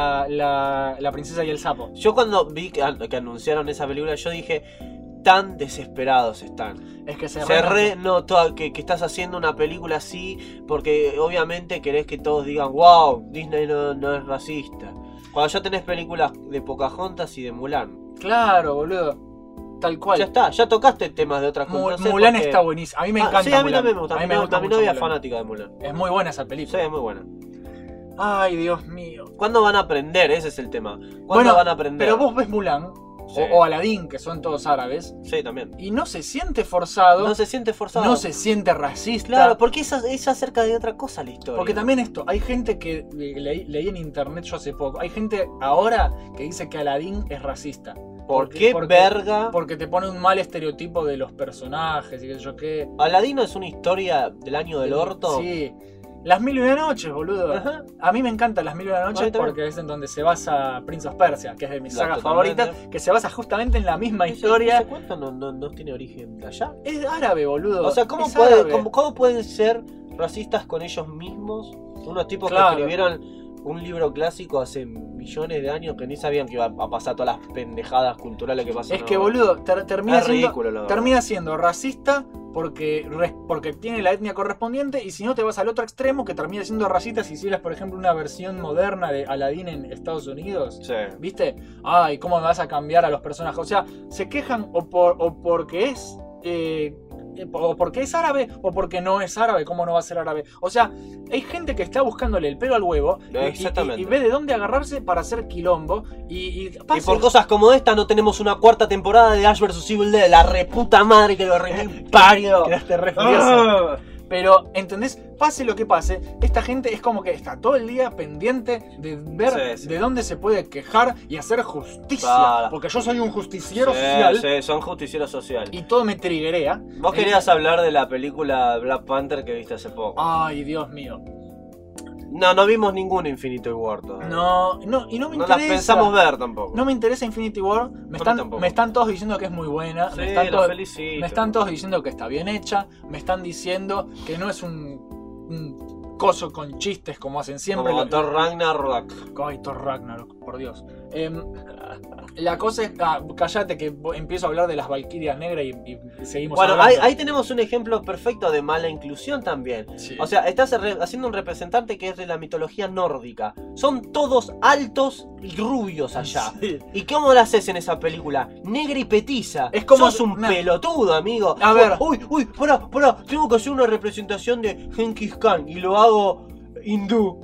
la princesa y el sapo. Yo cuando vi que anunciaron esa película, yo dije, tan desesperados están. Es que se Se notó que estás haciendo una película así porque obviamente querés que todos digan, wow, Disney no es racista. Cuando ya tenés películas de Pocahontas y de Mulan. Claro, boludo. Tal cual. Ya está, ya tocaste temas de otras cosas. Mulan está buenísima. A mí me encanta. Sí, a mí Mulan. también me gusta. A mí me gusta Mi mucho novia es Mulan. fanática de Mulan. Es muy buena esa Sí, película. es muy buena. Ay, Dios mío. ¿Cuándo van a aprender? Ese es el tema. ¿Cuándo Bueno, van a aprender? pero vos ves Mulan Sí. o Aladdin, que son todos árabes, Sí, también. y no se siente forzado, No se siente forzado. no se siente racista. Claro, porque es acerca de otra cosa la historia. Porque también esto, hay gente que leí en internet yo hace poco, hay gente ahora que dice que Aladdin es racista. ¿Por qué verga? Porque te pone un mal estereotipo de los personajes y qué sé yo qué. Aladino es una historia del año del orto. Sí. Las Mil y una noches, boludo. Ajá. A mí me encantan Las Mil y una A mí noches también. porque es en donde se basa Prince of Persia, que es de mis Claro, sagas totalmente. favoritas, que se basa justamente en la misma ¿Ese historia. cuento no tiene origen de allá? Es árabe, boludo. O sea, ¿cómo Es árabe. pueden ser racistas con ellos mismos? Unos tipos Claro. que escribieron un libro clásico hace millones de años que ni sabían que iba a pasar todas las pendejadas culturales que pasan. Es que, ahora. boludo, termina, Es siendo, ridículo, la verdad. termina siendo racista porque tiene la etnia correspondiente, y si no te vas al otro extremo, que termina siendo racista si hicieras, por ejemplo, una versión moderna de Aladdin en Estados Unidos. Sí. ¿Viste? Ay, ¿cómo me vas a cambiar a los personajes? O sea, se quejan o porque es... o porque es árabe o porque no es árabe. ¿Cómo no va a ser árabe? O sea, hay gente que está buscándole el pelo al huevo Exactamente. y ve de dónde agarrarse para hacer quilombo. Y Y por cosas como esta no tenemos una cuarta temporada de Ash vs Evil Dead. La reputa madre que lo parió. quedaste re furioso. Pero, ¿entendés? Pase lo que pase, esta gente es como que está todo el día pendiente de ver Sí. de dónde se puede quejar y hacer justicia. Claro. Porque yo soy un justiciero Sí, social sí, son justicieros sociales. y todo me triguea. Vos querías hablar de la película Black Panther que viste hace poco. Ay, Dios mío. No vimos ningún Infinity War todavía. No, y no me No interesa. las pensamos ver tampoco. No me interesa Infinity War. tampoco. Me están todos diciendo que es muy buena. Sí, me, están los felicito. me están todos diciendo que está bien hecha. Me están diciendo que no es un coso con chistes como hacen siempre. Como Thor Ragnarok. Ay, Thor Ragnarok, por Dios. La cosa es... Cállate que empiezo a hablar de las Valkyrias negras y seguimos Bueno, hablando. ahí tenemos un ejemplo perfecto de mala inclusión también. Sí. O sea, estás haciendo un representante que es de la mitología nórdica. Son todos altos y rubios allá. Sí. ¿Y cómo lo haces en esa película? Negra y petiza. Es como- Sos un nah. pelotudo, amigo. A ver. Uy, pará. Tengo que hacer una representación de Genghis Khan y lo hago hindú.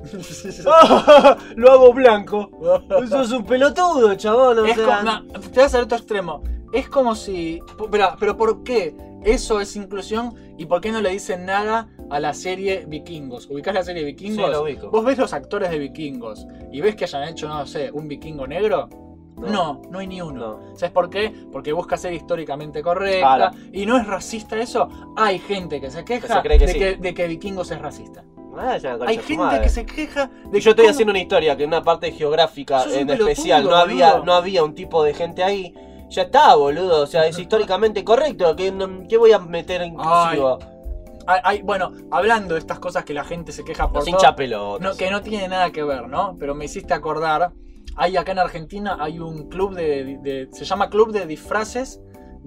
Lo hago blanco. Eso es un pelotudo, chabón. Te vas al otro extremo. Es como si... Pero ¿por qué? Eso es inclusión. ¿Y por qué no le dicen nada a la serie Vikingos? ¿Ubicás la serie Vikingos? Sí, lo ubico. Vos ves los actores de Vikingos y ves que hayan hecho, no sé, un vikingo negro. No hay ni uno. No. ¿Sabes por qué? Porque busca ser históricamente correcta. Claro. Y no es racista eso. Hay gente que se queja se cree que de que Vikingos es racista. Hay gente que se queja de yo estoy cómo... haciendo una historia que en una parte geográfica Sos un en pelotudo, especial boludo. no había un tipo de gente ahí. Ya está, boludo. O sea, es históricamente correcto. ¿Qué voy a meter inclusivo? Bueno, hablando de estas cosas que la gente se queja por Los todo, hincha pelotas. que no tiene nada que ver, ¿no? Pero me hiciste acordar, acá en Argentina hay un club se llama Club de Disfraces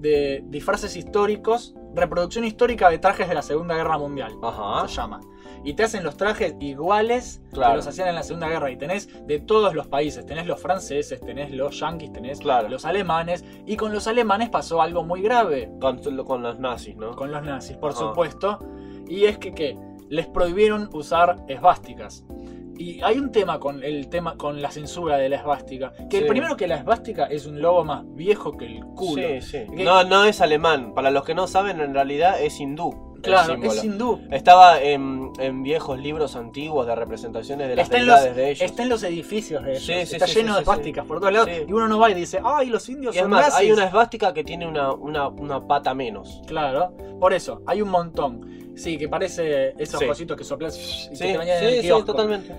Históricos, reproducción histórica de trajes de la Segunda Guerra Mundial. Ajá. Se llama. Y te hacen los trajes iguales que Claro. los hacían en la Segunda Guerra. Y tenés de todos los países. Tenés los franceses, tenés los yanquis, tenés Claro. los alemanes. Y con los alemanes pasó algo muy grave. Con los nazis, ¿no? Con los nazis, por Ajá. supuesto. Y es que les prohibieron usar esvásticas. Y hay un tema con la censura de la esvástica. Que Sí. primero que la esvástica es un logo más viejo que el culo. Sí, sí. Que- No es alemán. Para los que no saben, en realidad es hindú. Claro, el símbolo. es hindú. Estaba en viejos libros antiguos de representaciones de las deidades de ellos. Está en los edificios de ellos. Sí, sí, está sí, lleno sí, de sí, esvásticas por todos lados. Sí. Y uno no va y dice, ay, los indios Y es son más, nazis. hay una esvástica que tiene una pata menos. Claro, por eso, hay un montón. Sí, que parece esos Sí. cositos que soplas y Sí, que te venían en el sí, kiosco. totalmente.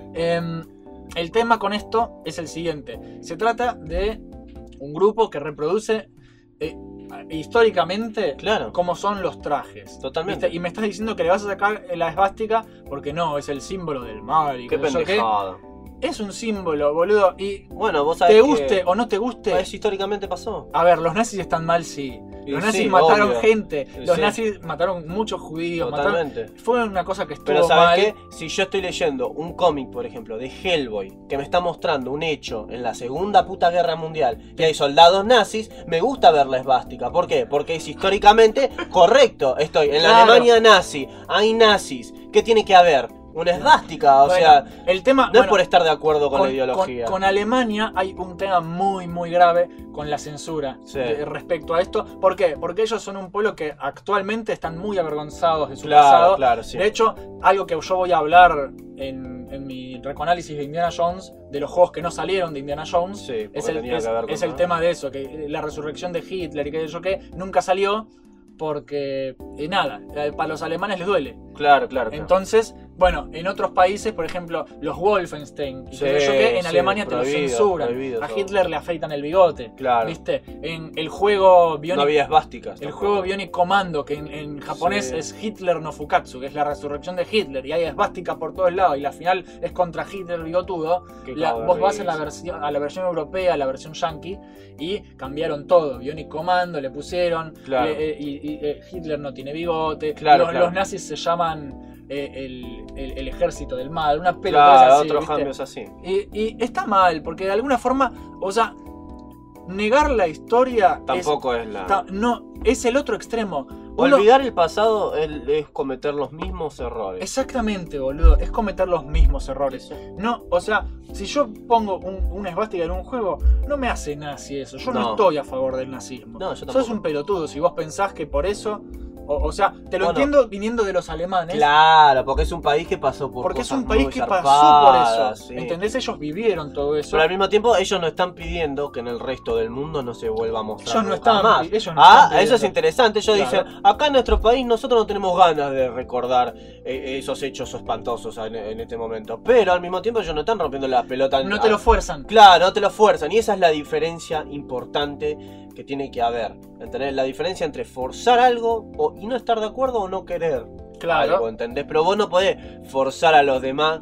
El tema con esto es el siguiente. Se trata de un grupo que reproduce históricamente Claro. cómo son los trajes. Totalmente. ¿Viste? Y me estás diciendo que le vas a sacar la esvástica porque no, es el símbolo del mal y Qué qué sé yo qué. pendejada. Es un símbolo, boludo. Y Bueno, vos sabés te que guste o no te guste. eso históricamente pasó. A ver, los nazis están mal, sí. Y Los sí, nazis mataron obvio. gente. Los Sí. nazis mataron muchos judíos. Totalmente. Fue una cosa que estuvo Pero mal. ¿sabes qué? Si yo estoy leyendo un cómic, por ejemplo, de Hellboy, que me está mostrando un hecho en la Segunda puta Guerra Mundial, que hay soldados nazis, me gusta ver la esvástica. ¿Por qué? Porque es históricamente correcto. Estoy en la Claro. Alemania nazi, hay nazis. ¿Qué tiene que haber? Una esvástica, o Bueno, sea, el tema, no es por estar de acuerdo con la con, ideología. con Alemania hay un tema muy, muy grave con la censura Sí. respecto a esto. ¿Por qué? Porque ellos son un pueblo que actualmente están muy avergonzados de su Claro, pasado. claro, sí. De hecho, algo que yo voy a hablar en mi recoanálisis de Indiana Jones, de los juegos que no salieron de Indiana Jones, Sí, porque es el, tenía es- que ver con es el nada. tema de eso, que la resurrección de Hitler y que yo qué, nunca salió porque nada, para los alemanes les duele. Claro, claro. Entonces, bueno, en otros países, por ejemplo, los Wolfenstein, y Sí, qué sé yo qué, en sí, Alemania te lo prohibido, censuran. prohibido A todo. Hitler le afeitan el bigote. Claro. ¿Viste? En el juego Bionic, No había esvásticas. el tampoco. juego Bionic Commando, que en japonés Sí. es Hitler no Fukatsu, que es la resurrección de Hitler, y hay esvástica por todos lados, y la final es contra Hitler bigotudo. Qué Vos vas a cabrón. la versión europea, a la versión yankee, y cambiaron todo. Bionic Commando le pusieron, Claro. Hitler no tiene bigote, Claro, claro. los nazis se llaman el ejército del mal, una pelota Claro, así, otros ¿viste? cambios así. Y está mal, porque de alguna forma, o sea, negar la historia Tampoco es la... no, es el otro extremo. Uno- Olvidar el pasado es cometer los mismos errores. Exactamente, boludo, es cometer los mismos errores. Eso. No, o sea, si yo pongo una esvástica en un juego, no me hace nazi eso. Yo no No. estoy a favor del nazismo. No, yo tampoco. Sos un pelotudo si vos pensás que por eso. O sea, te lo Bueno. entiendo viniendo de los alemanes. Claro, porque es un país que pasó por Porque es cosas un país muy que pasó por zarpadas, eso. sí. ¿Entendés? Ellos vivieron todo eso. Pero al mismo tiempo ellos no están pidiendo que en el resto del mundo no se vuelva a mostrar Ellos no nunca están- más. ellos no están Eso es pidiendo. interesante. Ellos Claro. dicen, acá en nuestro país nosotros no tenemos ganas de recordar esos hechos espantosos en este momento. Pero al mismo tiempo ellos no están rompiendo la pelota. No te lo fuerzan. Claro, no te lo fuerzan. Y esa es la diferencia importante que tiene que haber. ¿Entendés? La diferencia entre forzar algo y no estar de acuerdo o no querer Claro. algo, ¿entendés? Pero vos no podés forzar a los demás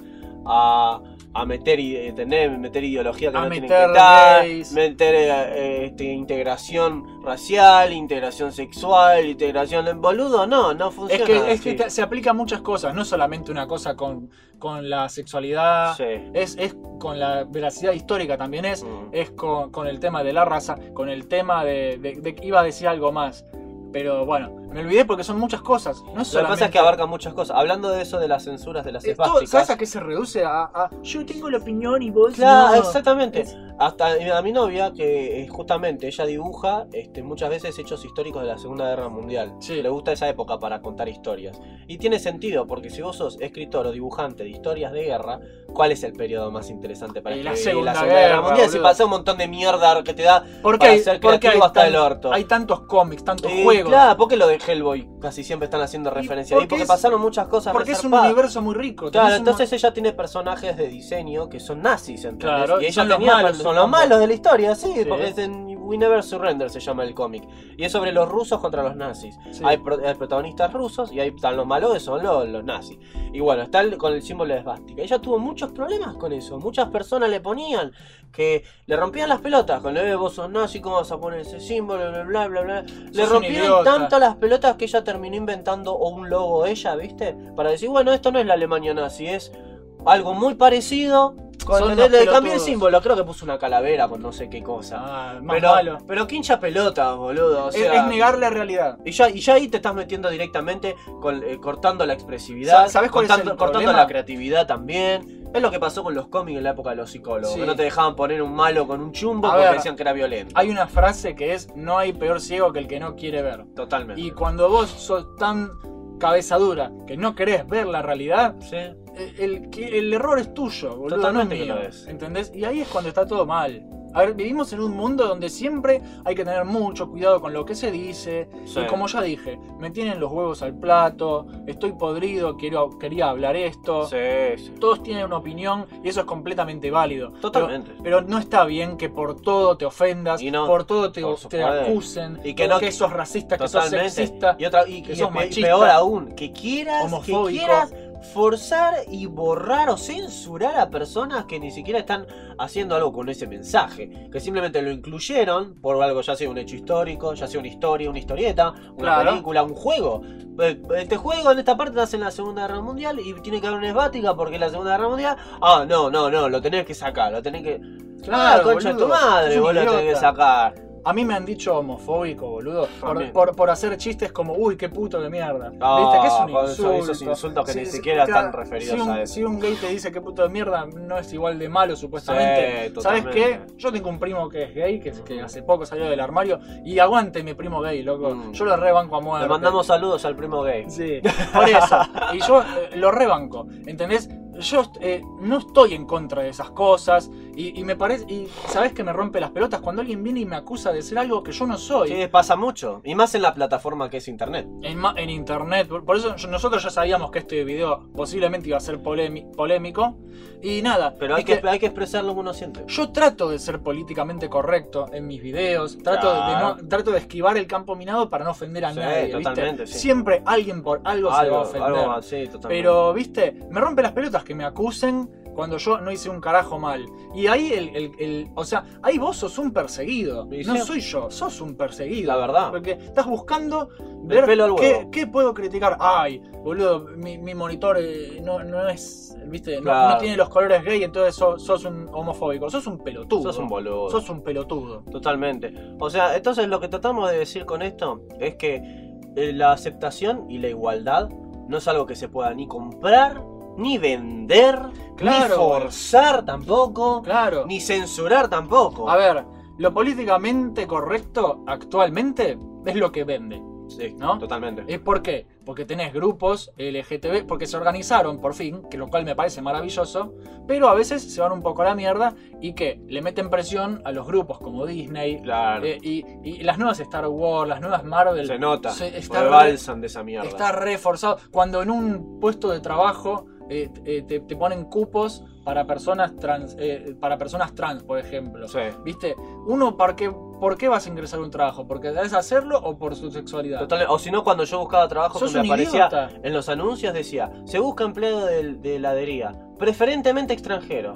a meter, meter ideología que A no tienen meter que estar, gays. meter integración racial, integración sexual, integración en boludo. No funciona. Es que se aplica a muchas cosas, no solamente una cosa con la sexualidad, Sí. es con la veracidad histórica también es Mm. con el tema de la raza, con el tema de iba a decir algo más, pero bueno, Me olvidé porque son muchas cosas. No es Lo que solamente... pasa es que abarca muchas cosas. Hablando de eso de las censuras de las esvásticas. ¿Sabes a qué se reduce? Yo tengo la opinión y vos Claro, no. exactamente. Hasta a mi novia, que justamente ella dibuja muchas veces hechos históricos de la Segunda Guerra Mundial. Sí. Le gusta esa época para contar historias. Y tiene sentido, porque si vos sos escritor o dibujante de historias de guerra, ¿cuál es el periodo más interesante para La escribir Segunda Guerra Guerra, Mundial? Si boludo. pasa un montón de mierda que te da Porque para hay, ser porque creativo hay hasta el orto. Hay tantos cómics, tantos Y juegos. claro, ¿por qué lo de Hellboy casi siempre están haciendo referencia ahí? Porque es- pasaron muchas cosas Porque es un resarpadas. universo muy rico. Claro, tenés un entonces ella tiene personajes de diseño que son nazis, ¿entendés? Claro, y ella son los tenía malos, son los malos de la historia, sí, Sí. porque es en We Never Surrender se llama el cómic. Y es sobre los rusos contra los nazis. Sí. Hay protagonistas rusos y ahí están los malos que son los nazis. Y bueno, está con el símbolo de esvástica. Ella tuvo muchos problemas con eso. Muchas personas le ponían que le rompían las pelotas. Con vos sos nazi, ¿cómo vas a poner ese símbolo? Bla, bla, bla. Le un rompieron idiota. tanto las pelotas que ella terminó inventando un logo ella, ¿viste? Para decir, bueno, esto no es la Alemania nazi, es algo muy parecido. Son Le unos cambié el pelotudos. símbolo, creo que puso una calavera con no sé qué cosa. Más malo. Pero qué hincha pelota, boludo. O Es- sea, es negar la realidad. y ya ahí te estás metiendo directamente cortando la expresividad, ¿Sabes cuál es el cortando problema? la creatividad también. Es lo que pasó con los cómics en la época de los psicólogos. Sí. Que no te dejaban poner un malo con un chumbo A porque ver, decían que era violento. Hay una frase que es: no hay peor ciego que el que no quiere ver. Totalmente. Y cuando vos sos tan cabeza dura que no querés ver la realidad, Sí. el error es tuyo, boludo, Totalmente no que mío. lo es. ¿Entendés? Y ahí es cuando está todo mal. A ver, vivimos en un mundo donde siempre hay que tener mucho cuidado con lo que se dice. Sí. Y como ya dije, me tienen los huevos al plato, estoy podrido, quería hablar esto. Sí, sí. Todos tienen una opinión y eso es completamente válido. Totalmente. Pero no está bien que por todo te ofendas, Y no, por todo te por te supuesto. acusen, Y que no- que sos racista, que sos Totalmente. sexista. Y sos machista, peor aún, que quieras homofóbico. forzar y borrar o censurar a personas que ni siquiera están haciendo algo con ese mensaje, que simplemente lo incluyeron por algo, ya sea un hecho histórico, ya sea una historia, una historieta, una Claro. película, un juego. Este juego en esta parte nace en la Segunda Guerra Mundial y tiene que haber una esvástica porque es la Segunda Guerra Mundial. Ah, no, lo tenés que sacar, lo tenés que... Claro, concha de tu boludo, madre, sos un vos lo tenés que idiota. sacar. A mí me han dicho homofóbico, boludo, También. por hacer chistes como, uy, qué puto de mierda. Ah, ¿Viste? Que es un con insulto. esos insultos que ni Sí, siquiera claro, están referidos si un, a eso. Si un gay te dice qué puto de mierda, no es igual de malo, supuestamente. Sí, ¿Sabes totalmente. qué? Yo tengo un primo que es gay, que hace poco salió del armario, y aguante mi primo gay, loco. Mm. Yo lo rebanco a muerte. Le mandamos saludos al primo gay. Sí, por eso. Y yo lo rebanco, ¿entendés? Yo no estoy en contra de esas cosas y me parece... Y ¿sabés que me rompe las pelotas? Cuando alguien viene y me acusa de ser algo que yo no soy. Sí, pasa mucho. Y más en la plataforma que es internet. En internet, por eso nosotros ya sabíamos que este video posiblemente iba a ser polémico. Y nada, Pero hay que expresar lo que uno siente. yo trato de ser políticamente correcto en mis videos, Claro. trato de esquivar el campo minado para no ofender a Sí, nadie, ¿viste? totalmente, sí. Siempre alguien por algo se va a ofender. Sí, totalmente. Pero, viste, me rompe las pelotas que me acusen cuando yo no hice un carajo mal. Y ahí o sea, ahí vos sos un perseguido. Y No sí. soy yo, sos un perseguido. La verdad. Porque estás buscando ver pelo al huevo. qué puedo criticar. Ay, boludo, mi monitor no es, viste, Claro. no tiene los colores gay, entonces sos un homofóbico. Sos un pelotudo. Sos un boludo. Sos un pelotudo. Totalmente. O sea, entonces lo que tratamos de decir con esto es que la aceptación y la igualdad no es algo que se pueda ni comprar, ni vender, Claro. ni forzar tampoco, Claro. ni censurar tampoco. A ver, lo políticamente correcto actualmente es lo que vende. Sí, ¿no? Totalmente. ¿Por qué? Porque tenés grupos LGTB, porque se organizaron por fin, que lo cual me parece maravilloso, pero a veces se van un poco a la mierda y que le meten presión a los grupos como Disney Claro. y las nuevas Star Wars, las nuevas Marvel. Se nota. Está Porque balsan de esa mierda. Está reforzado. Cuando en un puesto de trabajo te ponen cupos para personas trans, por ejemplo. Sí. ¿Viste? Uno, ¿por qué vas a ingresar a un trabajo? ¿Porque debes hacerlo o por su sexualidad? Totalmente. O si no, cuando yo buscaba trabajo, Sos que me un aparecía idiota. en los anuncios, decía: se busca empleado de heladería, preferentemente extranjero.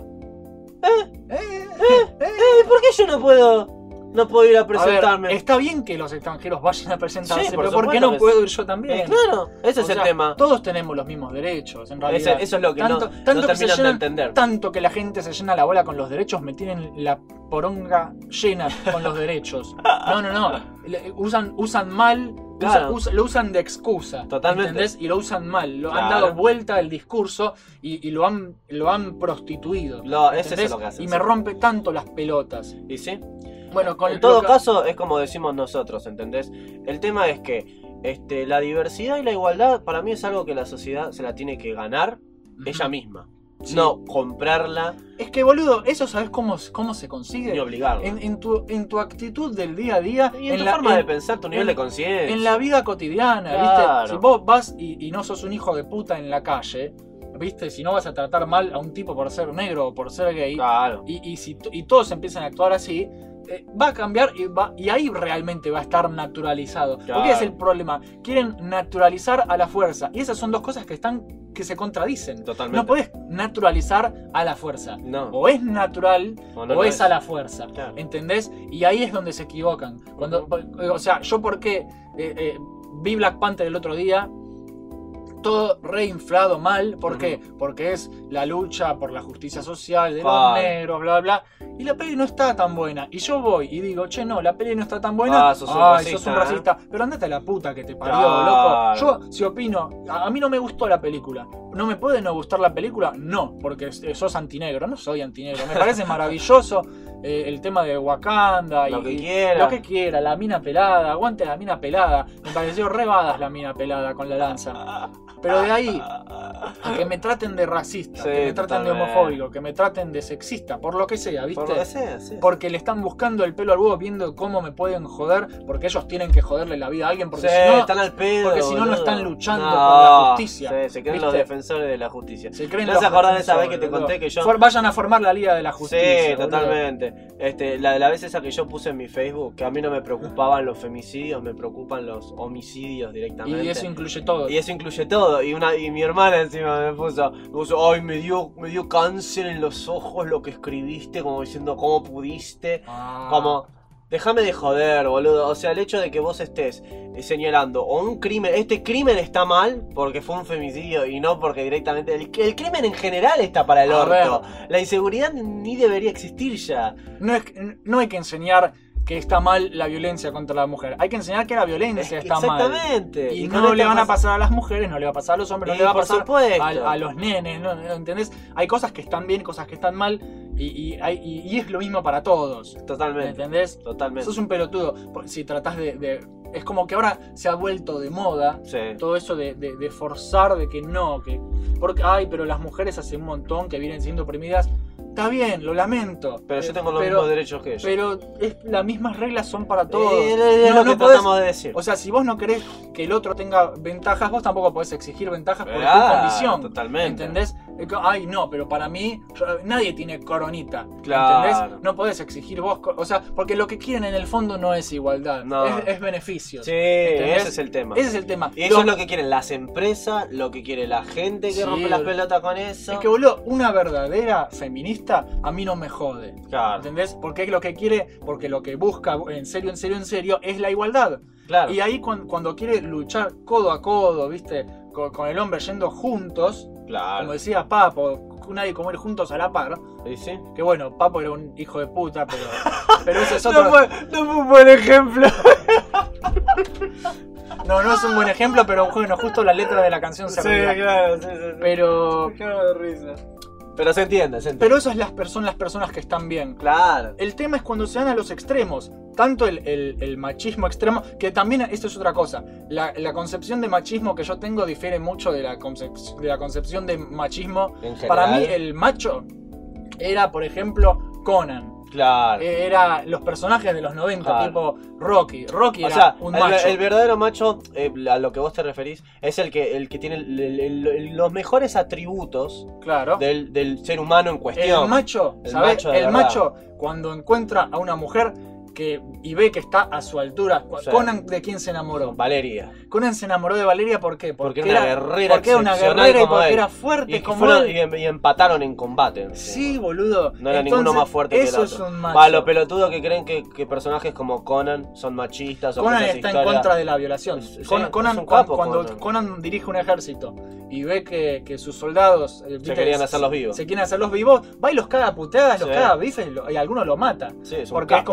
¿Por qué yo no puedo ir a A ver, presentarme? está bien que los extranjeros vayan a presentarse, Sí, por pero ¿por qué supuesto no que puedo ir yo también? Claro, ese O es el sea, tema. Todos tenemos los mismos derechos, en realidad. Eso es lo que no que terminan de entender. Tanto que la gente se llena la bola con los derechos, me tienen la poronga llena con los derechos. No. Usan mal Claro. Lo usan de excusa. Totalmente. ¿Entendés? Y lo usan mal. Han Claro. dado vuelta el discurso y lo han prostituido. Es eso ¿entendés? lo que hacen. Y me rompe tanto las pelotas. ¿Y sí? Bueno, En todo caso, es como decimos nosotros, ¿entendés? El tema es que la diversidad y la igualdad para mí es algo que la sociedad se la tiene que ganar ella misma. Sí. No comprarla Es que, boludo, eso ¿sabes cómo se consigue? ni obligarla. En tu actitud del día a día. Y en tu forma de pensar, tu nivel de conciencia. En la vida cotidiana, Claro. ¿viste? Si vos vas y no sos un hijo de puta en la calle, ¿viste? Si no vas a tratar mal a un tipo por ser negro o por ser gay, Claro. y todos empiezan a actuar así, va a cambiar y ahí realmente va a estar naturalizado. Claro. Porque es el problema. Quieren naturalizar a la fuerza. Y esas son dos cosas que se contradicen. Totalmente. No podés naturalizar a la fuerza. No. O es natural O no o lo es es. a la fuerza. Claro. ¿Entendés? Y ahí es donde se equivocan. O sea, yo porque vi Black Panther el otro día, todo reinflado mal. ¿Por qué? Porque es la lucha por la justicia social de los Vale. negros, bla, bla. Y la peli no está tan buena. Y yo voy y digo, che, no, la peli no está tan buena. Sos un Ay, sos racista, un racista. Pero andate a la puta que te parió, Claro. loco. Yo, si opino, a mí no me gustó la película. ¿No me puede no gustar la película? No, porque sos antinegro. No soy antinegro. Me parece maravilloso el tema de Wakanda. Lo que y quiera. Lo que quiera, la mina pelada. Aguante la mina pelada. Me pareció rebadas la mina pelada con la lanza. Pero de ahí a que me traten de racista, Sí, que me traten de totalmente. homofóbico, que me traten de sexista, por lo que sea, ¿viste? Por lo que sea, sí. Porque le están buscando el pelo al huevo viendo cómo me pueden joder, porque ellos tienen que joderle la vida a alguien, porque Sí, si no, están al pedo. porque si no, no boludo. están luchando No, por la justicia. Sí, se creen los ¿viste? defensores de la justicia. Se creen ¿No los se acordás de esa vez defensores, que te boludo. conté que yo... Vayan a formar la Liga de la Justicia. Sí, boludo. totalmente. La vez esa que yo puse en mi Facebook, que a mí no me preocupaban los femicidios, me preocupan los homicidios directamente. Y eso incluye todo. Y eso incluye todo. Y mi hermana encima me puso, ay, me dio cáncer en los ojos lo que escribiste, como diciendo, ¿cómo pudiste? Ah. Como, déjame de joder, boludo. O sea, el hecho de que vos estés señalando o un crimen, este crimen está mal porque fue un femicidio y no porque directamente... El crimen en general está para el A orto. La inseguridad ni debería existir ya. No hay que enseñar que está mal la violencia contra la mujer. Hay que enseñar que la violencia está mal. Exactamente. Y con no esto le van a pasa- pasar a las mujeres, no le va a pasar a los hombres, no Y le va a por pasar supuesto. a los nenes, ¿no? ¿Entendés? Hay cosas que están bien, cosas que están mal, y es lo mismo para todos. Totalmente. ¿Entendés? Totalmente. Sos un pelotudo. Si tratás es como que ahora se ha vuelto de moda Sí. todo eso de forzar de que no, porque, ay, pero las mujeres hace un montón que vienen siendo oprimidas. Está bien, lo lamento. Pero yo tengo los mismos derechos que ellos. Pero las mismas reglas son para todos. Es No, lo no que podés- tratamos de decir. O sea, si vos no querés que el otro tenga ventajas, vos tampoco podés exigir ventajas por tu Ah, condición. totalmente. ¿Entendés? Ay, no, pero para mí nadie tiene coronita. Claro. ¿Entendés? No podés exigir vos. O sea, porque lo que quieren en el fondo no es igualdad. No. Es beneficios. Sí, ¿entendés? ese es el tema. Ese es el tema. Y eso es lo que quieren las empresas, lo que quiere la gente que Sí, rompe las boludo. pelotas con eso. Es que, boludo, una verdadera feminista a mí no me jode. Claro, ¿Entendés? Porque es lo que quiere, porque lo que busca en serio es la igualdad. claro. Y ahí cuando quiere luchar codo a codo, ¿viste? Con el hombre yendo juntos, como Claro. decía Papo, nadie comer juntos a la par. ¿Y sí? Que bueno, Papo era un hijo de puta, pero ese es otro. No fue un buen ejemplo. No es un buen ejemplo, pero bueno, justo la letra de la canción se arregla. claro, sí. Pero de risa. Pero se entiende, se entiende. pero esas son las personas que están bien. Claro. El tema es cuando se dan a los extremos. Tanto el machismo extremo, que también esto es otra cosa. La concepción de machismo que yo tengo difiere mucho de la concepción de machismo. En general. Para mí el macho era, por ejemplo, Conan. Claro. Era los personajes de los 90, Claro. tipo Rocky. Rocky O era sea, un macho. el verdadero macho, a lo que vos te referís, es el que tiene los mejores atributos Claro. del ser humano en cuestión. El macho, El ¿sabes? macho de El verdad. macho, cuando encuentra a una mujer y ve que está a su altura. Sí. Conan, ¿de quién se enamoró? Valeria. Conan se enamoró de Valeria, ¿por qué? Porque era una guerrera Porque era una excepcional guerrera y como porque él. era fuerte Y, como fueron- él. y empataron en combate. Sí, boludo. No era Entonces, ninguno más fuerte que el eso otro. es un macho. Va, los pelotudos que creen que personajes como Conan son machistas o Conan que esa está en historia- contra de la violación. Sí, Conan, es un capo, cuando Conan. Conan dirige un ejército y ve que sus soldados Se querían hacerlos vivos. Se quieren hacerlos vivos, va y los caga a puteadas, los Sí. caga a bifes y algunos lo mata. Sí, es un Porque capo, como Conan, acá boludo.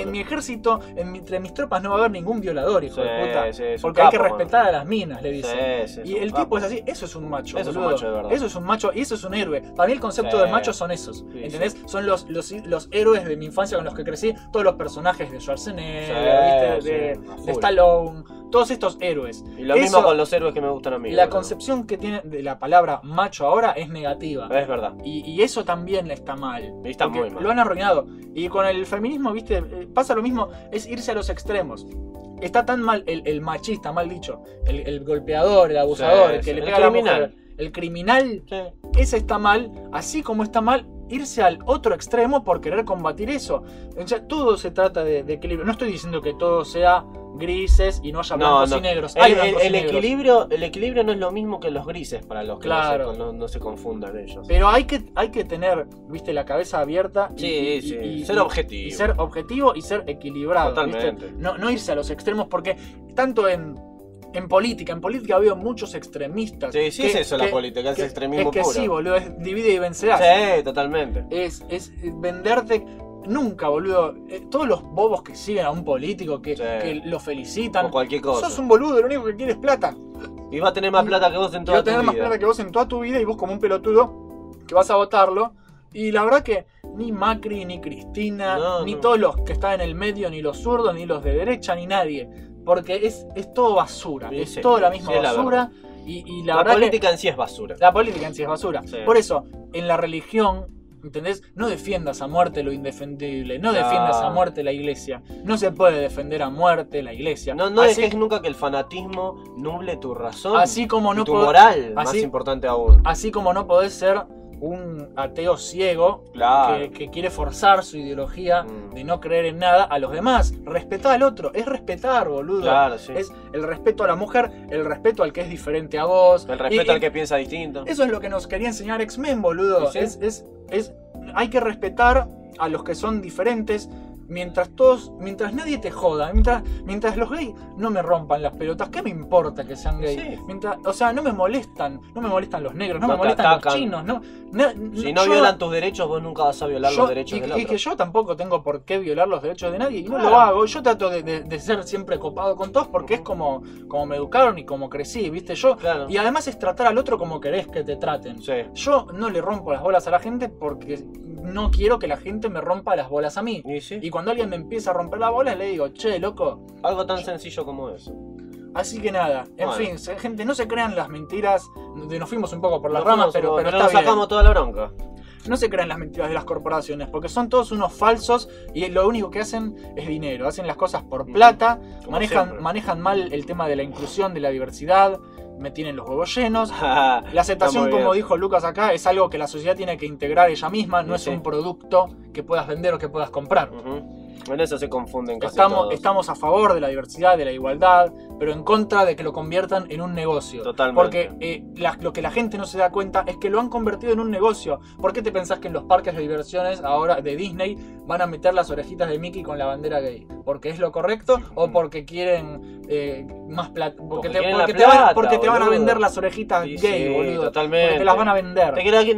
en mi ejército, entre mis tropas no va a haber ningún violador, hijo Sí, de puta. sí, es un porque hay que capo, respetar a las minas, le dicen. Sí, sí, Y es un el capo. tipo es así, eso es un macho, Eso es un boludo. macho de verdad. Eso es un macho y eso es un héroe. Para mí el concepto Sí. de macho son esos, Sí, ¿entendés? Son los héroes de mi infancia con los que crecí, todos los personajes de Schwarzenegger, Sí, ¿viste? sí, a full. de Stallone, todos estos héroes. Y lo mismo Eso- con los héroes que me gustan a mí. La boludo. concepción que tiene de la palabra macho ahora es negativa. Es verdad. Y eso también está mal. Y está porque muy mal. lo han arruinado. Y con el feminismo, viste, pasa lo mismo, es irse a los extremos. Está tan mal el machista, mal dicho, el golpeador, el abusador, Sí, el que sí. le El pega a la criminal. mujer, el criminal, Sí. ese está mal, así como está mal irse al otro extremo por querer combatir eso. O sea, todo se trata de equilibrio. No estoy diciendo que todo sea grises y no haya blancos y negros. Hay blancos y El negros. equilibrio no es lo mismo que los grises para los que Claro. no se confundan ellos. Pero hay que tener, viste, la cabeza abierta Sí, ser objetivo. Y ser objetivo y ser equilibrado. Totalmente. ¿viste? No irse a los extremos porque tanto en política veo muchos extremistas. Sí, sí, es eso la política, es extremismo es que puro. sí, boludo, es divide y vencerás. Sí, totalmente. Es venderte. Nunca, boludo. Todos los bobos que siguen a un político, que, Sí. que lo felicitan. O cualquier cosa. Sos un boludo, lo único que quieres es plata. Y va a tener más plata que vos en Y va toda a tener tu más vida. plata que vos en toda tu vida y vos como un pelotudo que vas a votarlo. Y la verdad que ni Macri, ni Cristina, No, ni no. todos los que están en el medio, ni los zurdos, ni los de derecha, ni nadie. Porque es todo basura. Sí, es sí. todo la misma Sí, es la basura. Y la La verdad política en sí es basura. que la política en sí es basura. Sí. Por eso, en la religión, ¿entendés? No defiendas a muerte lo indefendible. No Claro. defiendas a muerte la iglesia. No se puede defender a muerte la iglesia. No Así- dejes nunca que el fanatismo nuble tu razón. Así como y no tu podés- moral, más así- importante aún. Así como no podés ser un ateo ciego Claro. que quiere forzar su ideología Mm. de no creer en nada a los demás. Respetar al otro, es respetar, boludo. Claro, sí. Es el respeto a la mujer, el respeto al que es diferente a vos. El respeto Y- al que piensa distinto. Eso es lo que nos quería enseñar X-Men, boludo. Sí, sí. Hay que respetar a los que son diferentes. Mientras nadie te joda, mientras los gays no me rompan las pelotas, ¿qué me importa que sean gays? Sí. O sea, no me molestan los negros, no No me te molestan atacan. los chinos, Si no yo- violan tus derechos, vos nunca vas a violar los derechos del y otro. que yo tampoco tengo por qué violar los derechos de nadie y no Claro. lo hago. Yo trato de ser siempre copado con todos porque es como me educaron y como crecí, ¿viste? Claro. Y además es tratar al otro como querés que te traten. Sí. Yo no le rompo las bolas a la gente porque no quiero que la gente me rompa las bolas a mí. Y sí. Y cuando alguien me empieza a romper las bolas, le digo, che, loco. Algo tan sencillo como eso. Así que nada, en Bueno. fin, gente, no se crean las mentiras. Nos fuimos un poco por las Nos ramas, fuimos, pero nos está bien. sacamos toda la bronca. No se crean las mentiras de las corporaciones, porque son todos unos falsos y lo único que hacen es dinero. Hacen las cosas por plata, Como siempre. manejan mal el tema de la inclusión, de la diversidad, me tienen los huevos llenos. La Está aceptación, muy como bien. dijo Lucas acá, es algo que la sociedad tiene que integrar ella misma, no Sí, es sí. un producto que puedas vender o que puedas comprar. Ujú. En eso se confunden casi todos. Estamos a favor de la diversidad, de la igualdad, pero en contra de que lo conviertan en un negocio. Totalmente. Porque lo que la gente no se da cuenta es que lo han convertido en un negocio. ¿Por qué te pensás que en los parques de diversiones ahora de Disney van a meter las orejitas de Mickey con la bandera gay? ¿Porque es lo correcto o porque quieren más plata? Porque quieren la plata, Porque te van a boludo. vender las orejitas Sí, gay, sí, boludo. totalmente. Porque te las van a vender.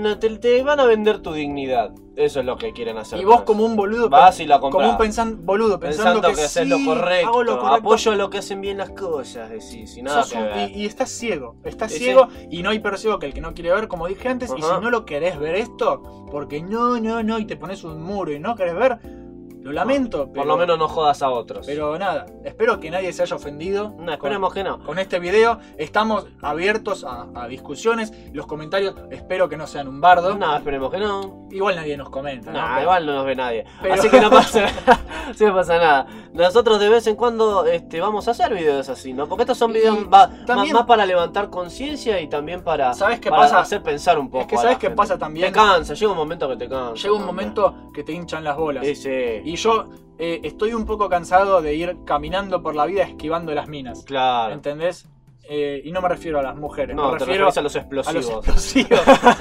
Te van a vender tu dignidad. Eso es lo que quieren hacer. Y vos con como eso. un boludo, Vas y la compras. como un boludo pensando que haces sí, lo correcto. hago lo correcto. Apoyo lo que hacen bien las cosas. Decís, y nada Sos que un- ver. y estás ciego, Sí, ciego y no hay peor ciego que el que no quiere ver, como dije antes, y Ajá. si no lo querés ver esto, porque no, y te pones un muro y no querés ver, lo lamento, Por lo menos no jodas a otros. pero nada, espero que nadie se haya ofendido. No, esperemos que no. Con este video estamos abiertos a discusiones, los comentarios espero que no sean un bardo, No, esperemos que no. igual nadie nos comenta, ¿no? No, Pero- igual no nos ve nadie. Pero- Así que no pasa sí, no pasa nada. Nosotros de vez en cuando vamos a hacer videos así, ¿no? Porque estos son videos también- más para levantar conciencia y también para, ¿Sabes qué para pasa? hacer pensar un poco. Es que a ¿sabes la qué gente. pasa también? Te cansa, llega un momento que te cansa. Llega un también. momento que te hinchan las bolas. Sí, sí. Y yo estoy un poco cansado de ir caminando por la vida esquivando las minas. Claro. ¿Entendés? Y no me refiero a las mujeres, No, me te refiero refieres a los a los explosivos. explosivos.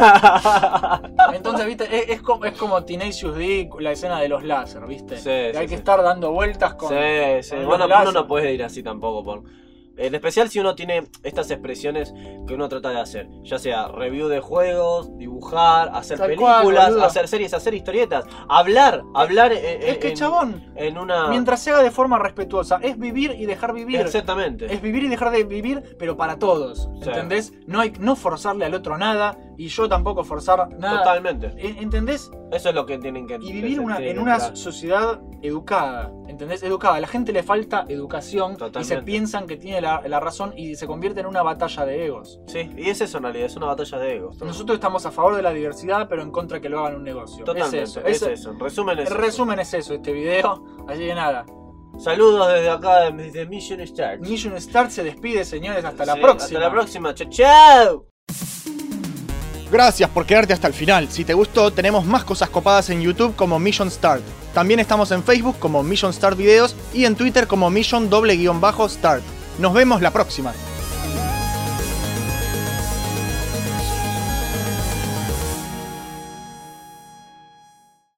Entonces, viste, es como Tenacious D, la escena de los láser, viste. Sí, Que sí, hay que sí. estar dando vueltas con. Sí, sí. con los Bueno, láser. uno no puede ir así tampoco En especial si uno tiene estas expresiones que uno trata de hacer. Ya sea review de juegos, dibujar, hacer Tal cual, películas, boludo. hacer series, hacer historietas. Hablar Es que, chabón, en una... mientras se haga de forma respetuosa, es vivir y dejar vivir. Exactamente. Es vivir y dejar de vivir, pero para todos. Sí. ¿Entendés? No forzarle al otro nada y yo tampoco forzar nada. Totalmente. ¿Entendés? Eso es lo que tienen que... Y vivir tienen en que una entrar. sociedad educada. ¿Entendés? Educada. A la gente le falta educación y se Totalmente. piensan que tiene la razón y se convierte en una batalla de egos. Sí, y es eso en realidad, es una batalla de egos. Nosotros estamos a favor de la diversidad, pero en contra que lo hagan un negocio. Totalmente, Es eso. En resumen es El resumen es eso, este video. Así que nada. eso. Saludos desde acá, desde Mission Start. Mission Start se despide, señores. Hasta la Sí, próxima. Hasta la próxima. Chao, chao. Gracias por quedarte hasta el final. Si te gustó, tenemos más cosas copadas en YouTube como Mission Start. También estamos en Facebook como Mission Start Videos y en Twitter como Mission_Start. Nos vemos la próxima.